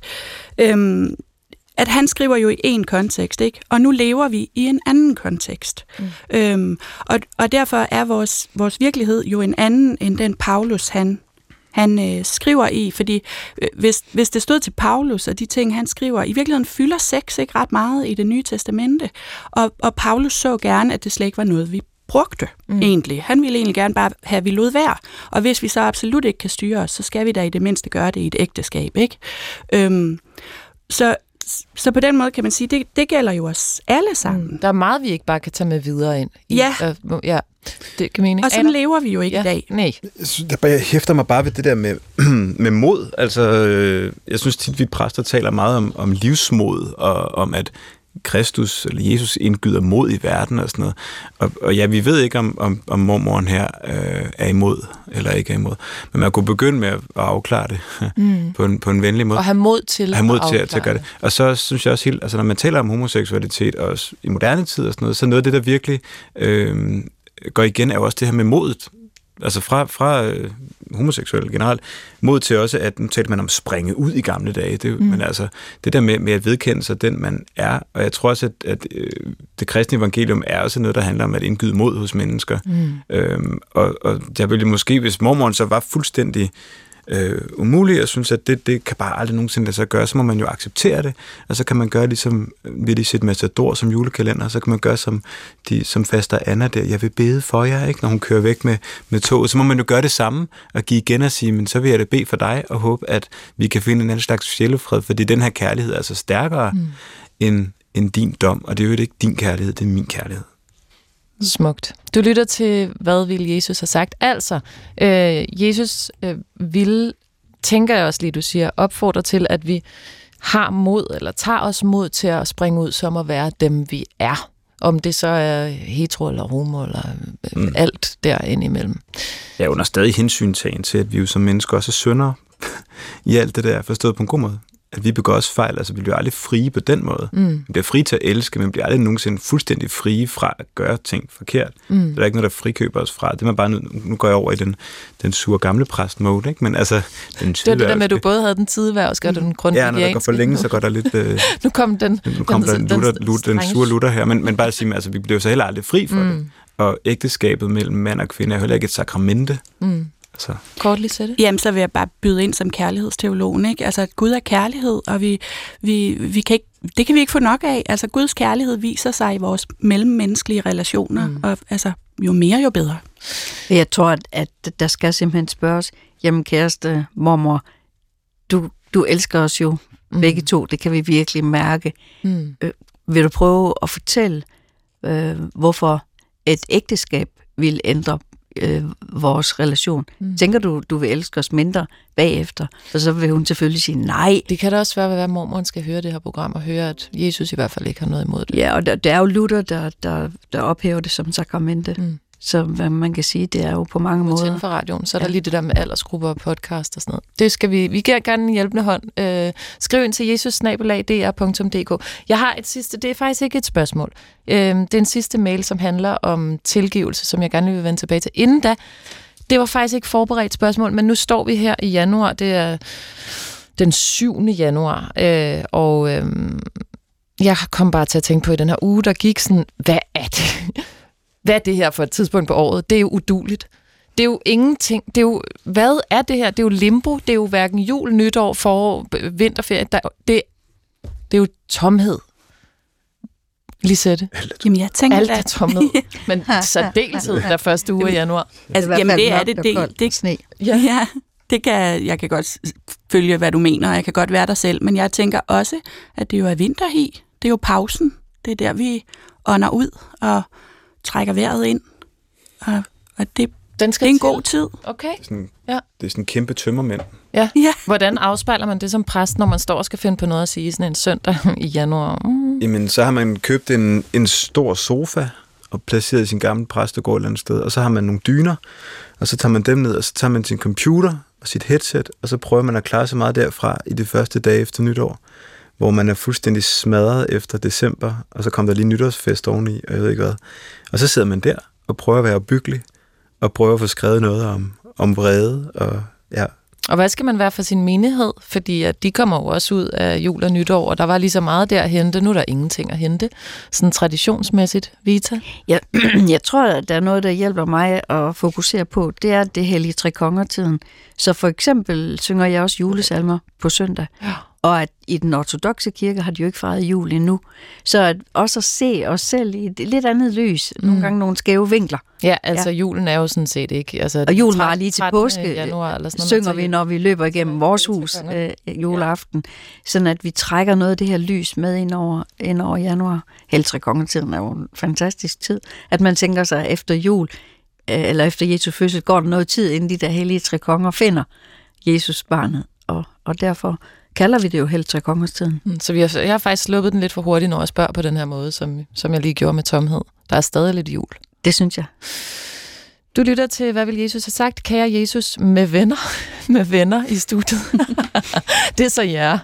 øhm, at han skriver jo i en kontekst, ikke? Og nu lever vi i en anden kontekst. Mm. Øhm, og, og derfor er vores, vores virkelighed jo en anden, end den Paulus, han, han øh, skriver i, fordi øh, hvis, hvis det stod til Paulus, og de ting, han skriver, i virkeligheden fylder sex ikke ret meget i Det Nye Testamente, og, og Paulus så gerne, at det slet ikke var noget, vi brugte mm. egentlig. Han ville egentlig gerne bare have, at vi lod være. Og hvis vi så absolut ikke kan styre os, så skal vi da i det mindste gøre det i et ægteskab, ikke? Øhm, så, så på den måde kan man sige, det, det gælder jo os alle sammen. Mm. Der er meget, vi ikke bare kan tage med videre ind. I, ja. Øh, ja. Det kan mening. Og sådan lever vi jo ikke ja. i dag. Nej. Jeg hæfter mig bare ved det der med, med mod. Altså, jeg synes tit, vi præster taler meget om, om livsmod, og om at Kristus eller Jesus indgyder mod i verden og sådan noget. Og, og ja, vi ved ikke, om, om, om mormoren her øh, er imod eller ikke er imod. Men man kunne begynde med at afklare det mm. på, en, på en venlig måde. Og have mod til, have mod at, til, til at gøre det. Og så synes jeg også helt, altså når man taler om homoseksualitet, og i moderne tid og sådan noget, så noget af det, der virkelig øh, går igen, er jo også det her med modet. Altså fra, fra øh, homoseksuelle generelt, mod til også, at nu talte man om springe ud i gamle dage, det, mm. men altså det der med, med at vedkende sig den, man er, og jeg tror også, at, at øh, det kristne evangelium er også noget, der handler om at indgyde mod hos mennesker. Mm. Øhm, og, og jeg ville måske, hvis mormoren så var fuldstændig øh, umulig, og synes, at det, det kan bare aldrig nogensinde lade sig gøre, så må man jo acceptere det, og så kan man gøre ligesom, vil de sætte Matador som julekalender, så kan man gøre som, de, som faster Anna der, jeg vil bede for jer, ikke, når hun kører væk med, med toget, så må man jo gøre det samme, og give igen og sige, men så vil jeg da bede for dig, og håbe, at vi kan finde en anden slags sjælefred, fordi den her kærlighed er så stærkere mm. end, end din dom, og det er jo ikke din kærlighed, det er min kærlighed. Smukt. Du lytter til, hvad vil Jesus have sagt? Altså, øh, Jesus øh, ville, tænker jeg også lige, du siger, opfordre til, at vi har mod, eller tager os mod til at springe ud som at være dem, vi er. Om det så er hetero eller homo, eller mm. alt derinde imellem. Ja, under stadig hensyntagen til, at vi jo som mennesker også er syndere i alt det der, forstået på en god måde. At vi begår også fejl, altså vi bliver aldrig frie på den måde. Mm. Vi bliver frie til at elske, men vi bliver aldrig nogensinde fuldstændig frie fra at gøre ting forkert. Mm. Det er ikke noget, der frikøber os fra. Det er man bare, nu, nu går jeg over i den, den sure gamle præst-mode, ikke? Men altså, den det var det der med, at du både havde den tideværsk og den grundvigianske. Ja, når der går for længe, så går der lidt... Øh, nu kom den... Nu kom den, der Luther, Luther, den sure Luther her, men, men bare at sige, altså, vi bliver jo så heller aldrig fri for mm. det. Og ægteskabet mellem mand og kvinde er heller ikke et sakramente. Mm. Altså. Kort lige sætte. Jamen, så vil jeg bare byde ind som kærlighedsteologen, ikke? Altså, Gud er kærlighed, og vi, vi, vi kan ikke, det kan vi ikke få nok af. Altså, Guds kærlighed viser sig i vores mellemmenneskelige relationer, mm. og altså, jo mere, jo bedre. Jeg tror, at, at der skal simpelthen spørges, jamen kæreste, mormor, du, du elsker os jo mm. begge to, det kan vi virkelig mærke. Mm. Øh, vil du prøve at fortælle, øh, hvorfor et ægteskab vil ændre Øh, vores relation. Mm. Tænker du, du vil elske os mindre bagefter? Og så vil hun selvfølgelig sige nej. Det kan da også være, at mormoren skal høre det her program og høre, at Jesus i hvert fald ikke har noget imod det. Ja, og der, der er jo Luther, der, der, der ophæver det som sakramente. Mm. Så hvad man kan sige, det er jo på mange måder. Tænd for radioen, så er der ja. lige det der med aldersgrupper og podcast og sådan noget. Det skal vi, vi giver gerne en hjælpende hånd. Øh, skriv ind til jesus snabel-a d r punktum d k. Jeg har et sidste, det er faktisk ikke et spørgsmål. Øh, det er en sidste mail, som handler om tilgivelse, som jeg gerne vil vende tilbage til. Inden da, det var faktisk ikke forberedt spørgsmål, men nu står vi her i januar, det er den syvende januar, øh, og øh, jeg kom bare til at tænke på i den her uge, der gik sådan, hvad er det? Hvad er det her for et tidspunkt på året? Det er jo udueligt. Det er jo ingenting. Det er jo, hvad er det her? Det er jo limbo. Det er jo hverken jul, nytår, forår, vinterferie. Der, det, det er jo tomhed. Lisette. Jamen, jeg tænker, alt er tomhed. Men særdeleshed der første uge i januar. Altså, jamen, det er det. Det, det, det ja. ja, det kan, jeg kan godt følge, hvad du mener, og jeg kan godt være der selv. Men jeg tænker også, at det jo er vinterhi. Det er jo pausen. Det er der, vi ånder ud og trækker vejret ind, og, og det, Den skal det er en til. god tid. Okay. Det er sådan, ja. det er sådan en kæmpe tømmermænd. Ja. ja. Hvordan afspejler man det som præst, når man står og skal finde på noget at sige sådan en søndag i januar? Mm. Jamen, så har man købt en, en stor sofa og placeret sin gamle præstegård et eller andet sted, og så har man nogle dyner, og så tager man dem ned, og så tager man sin computer og sit headset, og så prøver man at klare sig meget derfra i de første dage efter nytår, hvor man er fuldstændig smadret efter december, og så kommer der lige nytårsfest oveni, og jeg ved ikke hvad. Og så sidder man der og prøver at være opbyggelig, og prøver at få skrevet noget om, om vrede, og ja. Og hvad skal man være for sin menighed? Fordi at de kommer jo også ud af jul og nytår, og der var lige så meget der at hente. Nu er der ingenting at hente. Sådan traditionsmæssigt, Vita? Ja, jeg tror, at der er noget, der hjælper mig at fokusere på. Det er det hellige trekongertiden. Så for eksempel synger jeg også julesalmer på søndag. Ja. Og at i den ortodokse kirke har de jo ikke fejret jul endnu. Så at også at se os selv i et lidt andet lys. Nogle mm. gange nogle skæve vinkler. Ja, altså ja. Julen er jo sådan set ikke. Altså, og julen var lige til påske. Januar, eller sådan synger vi, når vi løber igennem vores hus øh, juleaften. Ja. Sådan at vi trækker noget af det her lys med ind over, ind over januar. Heltrekongetiden er jo en fantastisk tid. At man tænker sig efter jul, øh, eller efter Jesu fødsel, går der noget tid, inden de der hellige tre konger finder Jesus barnet. Og, og derfor kalder vi det jo heltrekongertiden. Mm, så vi har, jeg har faktisk sluppet den lidt for hurtigt, når jeg spørger på den her måde, som, som jeg lige gjorde med tomhed. Der er stadig lidt jul. Det synes jeg. Du lytter til, hvad vil Jesus have sagt? Kære Jesus, med venner, med venner i studiet. Det er så jer.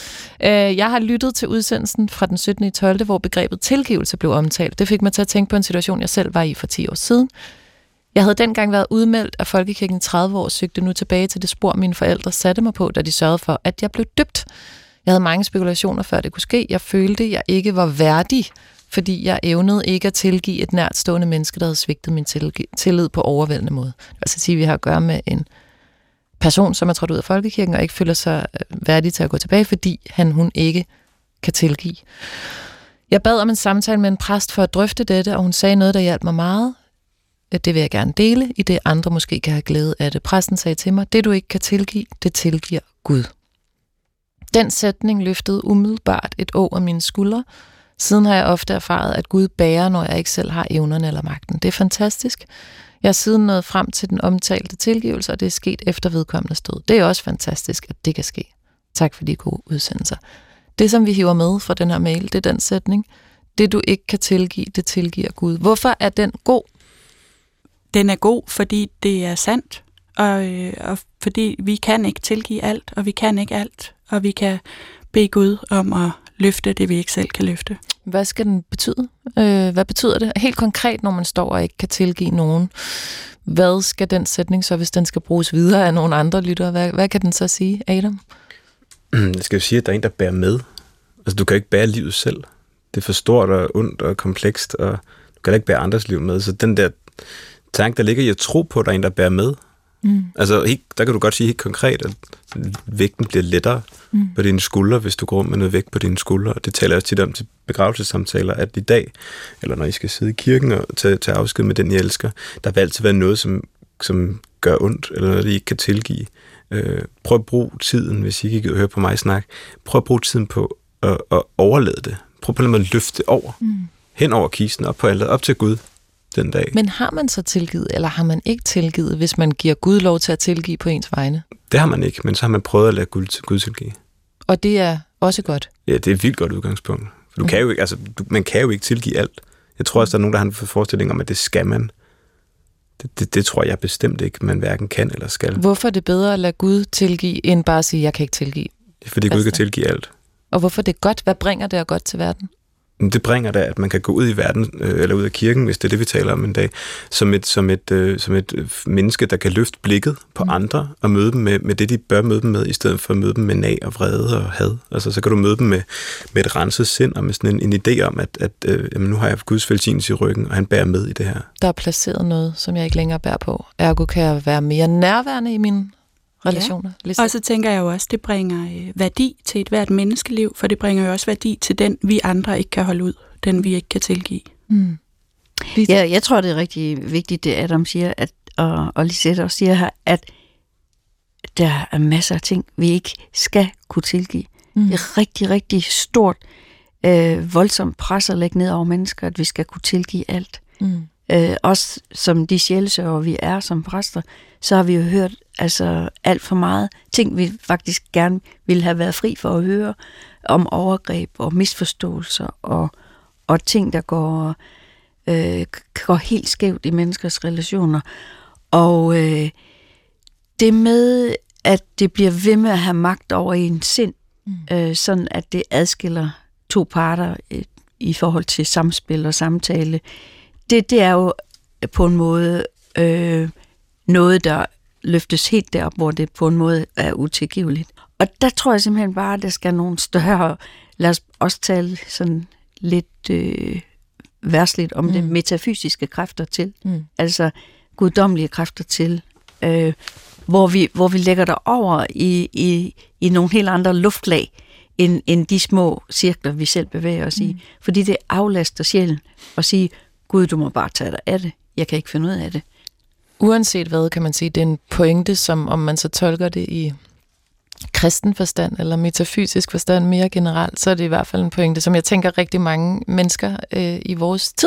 Jeg har lyttet til udsendelsen fra den syttende tolvte hvor begrebet tilgivelse blev omtalt. Det fik mig til at tænke på en situation, jeg selv var i for ti år siden. Jeg havde dengang været udmeldt af Folkekirken i tredive år og søgte nu tilbage til det spor, mine forældre satte mig på, da de sørgede for, at jeg blev døbt. Jeg havde mange spekulationer, før det kunne ske. Jeg følte, at jeg ikke var værdig, fordi jeg evnede ikke at tilgive et nærtstående menneske, der havde svigtet min tillid på overvældende måde. Altså at sige, at vi har at gøre med en person, som er trådt ud af Folkekirken og ikke føler sig værdig til at gå tilbage, fordi han, hun ikke kan tilgive. Jeg bad om en samtale med en præst for at drøfte dette, og hun sagde noget, der hjalp mig meget. Det vil jeg gerne dele, i det andre måske kan have glæde af det. Præsten sagde til mig, det du ikke kan tilgive, det tilgiver Gud. Den sætning løftede umiddelbart et å af mine skuldre, Siden har jeg ofte erfaret, at Gud bærer, når jeg ikke selv har evnerne eller magten. Det er fantastisk. Jeg har siden nået frem til den omtalte tilgivelse, og det er sket efter vedkommendes død. Det er også fantastisk, at det kan ske. Tak for de gode udsendelser. Det, som vi hiver med fra den her mail, det er den sætning. Det, du ikke kan tilgive, det tilgiver Gud. Hvorfor er den god? Den er god, fordi det er sandt, og, øh, og fordi vi kan ikke tilgive alt, og vi kan ikke alt, og vi kan bede Gud om at løfte det, vi ikke selv kan løfte. Hvad skal den betyde? Øh, hvad betyder det? Helt konkret, når man står og ikke kan tilgive nogen. Hvad skal den sætning så, hvis den skal bruges videre af nogle andre lyttere? Hvad, hvad kan den så sige, Adam? Jeg skal jo sige, at der er en, der bærer med. Altså, du kan ikke bære livet selv. Det er for stort og ondt og komplekst, og du kan ikke bære andres liv med. Så den der tanke, der ligger i at tro på, at der er en, der bærer med. Mm. Altså, helt, der kan du godt sige helt konkret, at vægten bliver lettere mm. på dine skuldre, hvis du går med noget vægt på dine skuldre. Og det taler jeg også tit om til begravelsessamtaler, at i dag, eller når I skal sidde i kirken og tage, tage afsked med den, I elsker, der vil altid være noget, som, som gør ondt, eller noget, I ikke kan tilgive. Øh, prøv at bruge tiden, hvis I ikke gider høre på mig snakke, prøv at bruge tiden på at, at overlade det. Prøv på at løfte det over, mm. hen over kisten, op på alteret, op til Gud den dag. Men har man så tilgivet, eller har man ikke tilgivet, hvis man giver Gud lov til at tilgive på ens vegne? Det har man ikke, men så har man prøvet at lade Gud, Gud tilgive. Og det er også godt? Ja, det er et vildt godt udgangspunkt. For du mm. kan jo ikke, altså, du, man kan jo ikke tilgive alt. Jeg tror også, der er nogen, der har en forestilling om, at det skal man. Det, det, det tror jeg bestemt ikke, man hverken kan eller skal. Hvorfor er det bedre at lade Gud tilgive, end bare at sige, jeg kan ikke tilgive? Fordi Gud kan tilgive alt. Og hvorfor det er godt? Hvad bringer det godt til verden? Det bringer da, at man kan gå ud i verden, øh, eller ud af kirken, hvis det er det, vi taler om en dag, som et, som et, øh, som et øh, menneske, der kan løfte blikket på mm. andre, og møde dem med, med det, de bør møde dem med, i stedet for at møde dem med nag og vrede og had. Altså, så kan du møde dem med, med et renset sind, og med sådan en, en idé om, at, at øh, jamen, nu har jeg Guds velsignelse i ryggen, og han bærer med i det her. Der er placeret noget, som jeg ikke længere bærer på. Ergo kan jeg være mere nærværende i mine relationer. Ja. Og så tænker jeg jo også, det bringer øh, værdi til et hvert menneskeliv, for det bringer jo også værdi til den, vi andre ikke kan holde ud, den vi ikke kan tilgive. Mm. Ja, jeg tror, det er rigtig vigtigt, det Adam siger, at, og, og Lisette også siger her, at der er masser af ting, vi ikke skal kunne tilgive. Mm. Det er rigtig, rigtig stort, øh, voldsomt pres at lægge ned over mennesker, at vi skal kunne tilgive alt. Mm. Øh, også som de sjælesørger, vi er som præster, så har vi jo hørt altså alt for meget ting, vi faktisk gerne ville have været fri for at høre, om overgreb og misforståelser og, og ting, der går, øh, går helt skævt i menneskers relationer. Og øh, det med, at det bliver ved med at have magt over en sind, mm. øh, sådan at det adskiller to parter øh, i forhold til samspil og samtale, det, det er jo på en måde øh, noget, der løftes helt derop, hvor det på en måde er utilgiveligt. Og der tror jeg simpelthen bare, at der skal nogle større, lad os også tale sådan lidt øh, værsligt om mm. det, metafysiske kræfter til. Mm. Altså guddommelige kræfter til, øh, hvor, vi, hvor vi lægger der over i, i, i nogle helt andre luftlag, end, end de små cirkler, vi selv bevæger os mm. i. Fordi det aflaster sjælen at sige, Gud, du må bare tage dig af det. Jeg kan ikke finde ud af det. Uanset hvad, kan man sige, det er en pointe, som om man så tolker det i kristen forstand, eller metafysisk forstand mere generelt, så er det i hvert fald en pointe, som jeg tænker rigtig mange mennesker øh, i vores tid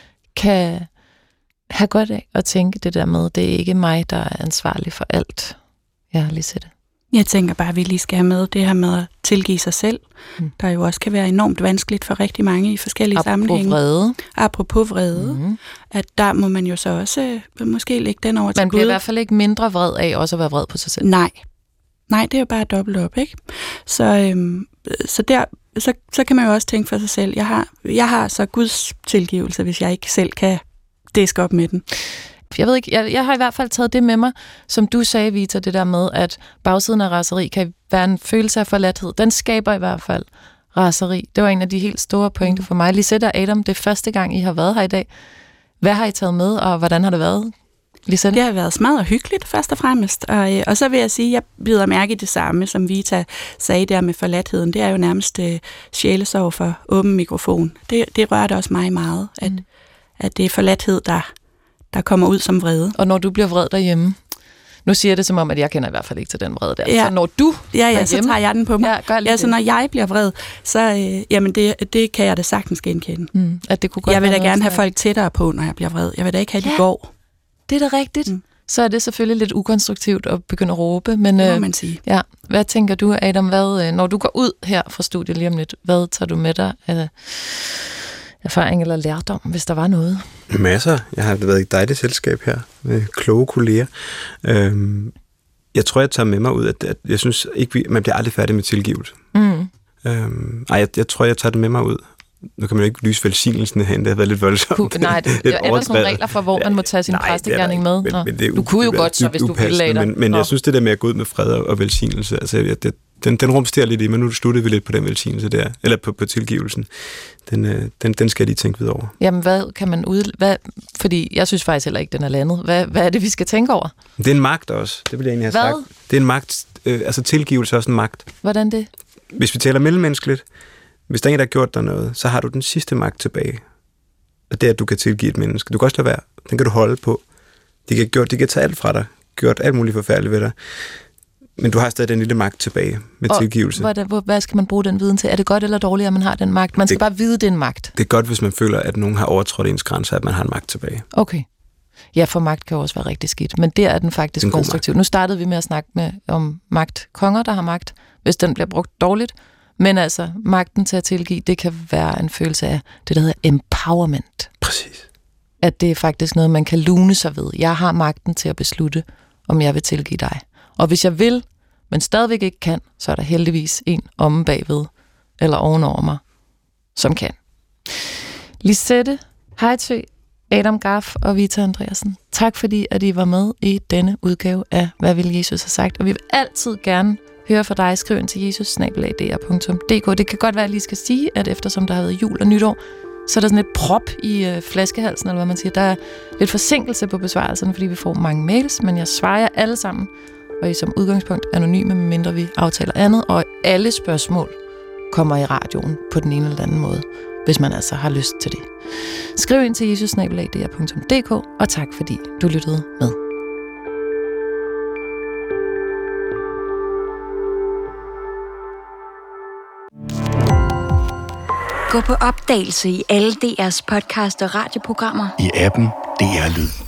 kan have godt af at tænke det der med, det er ikke mig, der er ansvarlig for alt. Jeg har lige set det. Jeg tænker bare, at vi lige skal have med det her med at tilgive sig selv, mm. der jo også kan være enormt vanskeligt for rigtig mange i forskellige Apropos sammenhænge. Vrede. Apropos vrede. Mm. At der må man jo så også øh, måske lægge den over til Gud. Man bliver i hvert fald ikke mindre vred af også at være vred på sig selv. Nej. Nej, det er jo bare dobbelt op, ikke? Så, øhm, så der, så, så kan man jo også tænke for sig selv, jeg har, jeg har så Guds tilgivelse, hvis jeg ikke selv kan diske op med den. Jeg ved ikke, jeg, jeg har i hvert fald taget det med mig, som du sagde, Vita, det der med, at bagsiden af raseri kan være en følelse af forladthed. Den skaber i hvert fald raseri. Det var en af de helt store pointer for mig. Lisette og Adam, det er første gang, I har været her i dag. Hvad har I taget med, og hvordan har det været? Lisette? Det har været smadret hyggeligt, først og fremmest. Og, og så vil jeg sige, at jeg bider mærke i det samme, som Vita sagde der med forladtheden. Det er jo nærmest uh, sjælesorg for åben mikrofon. Det, det rørte også mig meget, at, mm. at det er forladthed, der... der kommer ud som vrede. Og når du bliver vred derhjemme, Nu siger jeg det som om, at jeg kender i hvert fald ikke til den vrede der. Ja. Så når du Ja, ja, så tager jeg den på mig. Ja, gør lige ja, så det. når jeg bliver vred, så øh, jamen det, det kan jeg da sagtens genkende. Mm, at det kunne godt jeg vil da være gerne have noget, folk tættere på, når jeg bliver vred. Jeg vil da ikke have, at de Ja. går. Det er da rigtigt. Mm. Så er det selvfølgelig lidt ukonstruktivt at begynde at råbe. Men, Det må øh, man sige. Ja. Hvad tænker du, Adam? Hvad, øh, når du går ud her fra studiet lige om lidt, hvad tager du med dig af erfaring eller lærdom, hvis der var noget? Masser. Jeg har været i et dejligt selskab her med kloge kolleger. Øhm, jeg tror, jeg tager med mig ud, at, at jeg synes ikke, man bliver aldrig færdig med tilgivelse. Mm. Øhm, ej, jeg, jeg tror, jeg tager det med mig ud. Nu kan man jo ikke lyse velsignelsen hen, det har været lidt voldsomt. Kunne, nej, det, det er der sådan nogle regler for, hvor man må tage sin nej, præstegærning med? Men, men det er, du kunne jo godt, så hvis du ville lade dig. Men, men jeg synes, det der med at gå ud med fred og, og velsignelse, altså, jeg, det, den, den rumsterer lidt i, men nu sluttede vi lidt på den velsignelse der, eller på, på tilgivelsen. Den, øh, den, den skal jeg lige tænke videre over. Jamen, hvad kan man ud... Hvad, fordi jeg synes faktisk heller ikke, den er landet. Hvad, hvad er det, vi skal tænke over? Det er en magt også, det vil jeg egentlig have hvad? sagt. Det er en magt, øh, altså tilgivelse er også en magt. Hvordan det? Hvis vi taler mellemmenneskeligt, hvis der er en, der har gjort dig noget, så har du den sidste magt tilbage. Og det er, at du kan tilgive et menneske. Du kan også lade være. Den kan du holde på. De kan, gjort, de kan tage alt fra dig. Gjort alt muligt forfærdeligt ved dig. Men du har stadig den lille magt tilbage med og tilgivelse. Hvordan, hvad skal man bruge den viden til? Er det godt eller dårligt, at man har den magt? Man skal det, bare vide, det er en magt. Det er godt, hvis man føler, at nogen har overtrådt ens grænser, at man har en magt tilbage. Okay. Ja, for magt kan også være rigtig skidt, men der er den faktisk den konstruktiv. Nu startede vi med at snakke med, om magt. Konger, der har magt, hvis den bliver brugt dårligt. Men altså, magten til at tilgive, det kan være en følelse af det, der hedder empowerment. Præcis. At det er faktisk noget, man kan lune sig ved. Jeg har magten til at beslutte, om jeg vil tilgive dig. Og hvis jeg vil, men stadigvæk ikke kan, så er der heldigvis en omme bagved, eller ovenover mig, som kan. Lisette Hejtø, Adam Garff og Vita Andreasen. Tak fordi, at I var med i denne udgave af Hvad vil Jesus have sagt? Og vi vil altid gerne høre fra dig. Skriv ind til jesus snabel-a d r punktum d k. Det kan godt være, at jeg lige skal sige, at eftersom der har været jul og nytår, så er der sådan et prop i øh, flaskehalsen, eller hvad man siger. Der er lidt forsinkelse på besvarelserne, fordi vi får mange mails, men jeg svarer jer alle sammen, og I er som udgangspunkt anonyme, medmindre vi aftaler andet, og alle spørgsmål kommer i radioen på den ene eller anden måde, hvis man altså har lyst til det. Skriv ind til jesus snabel-a d r punktum d k, og tak fordi du lyttede med. Gå på opdagelse i alle D R's podcast og radioprogrammer. I appen D R Lyd.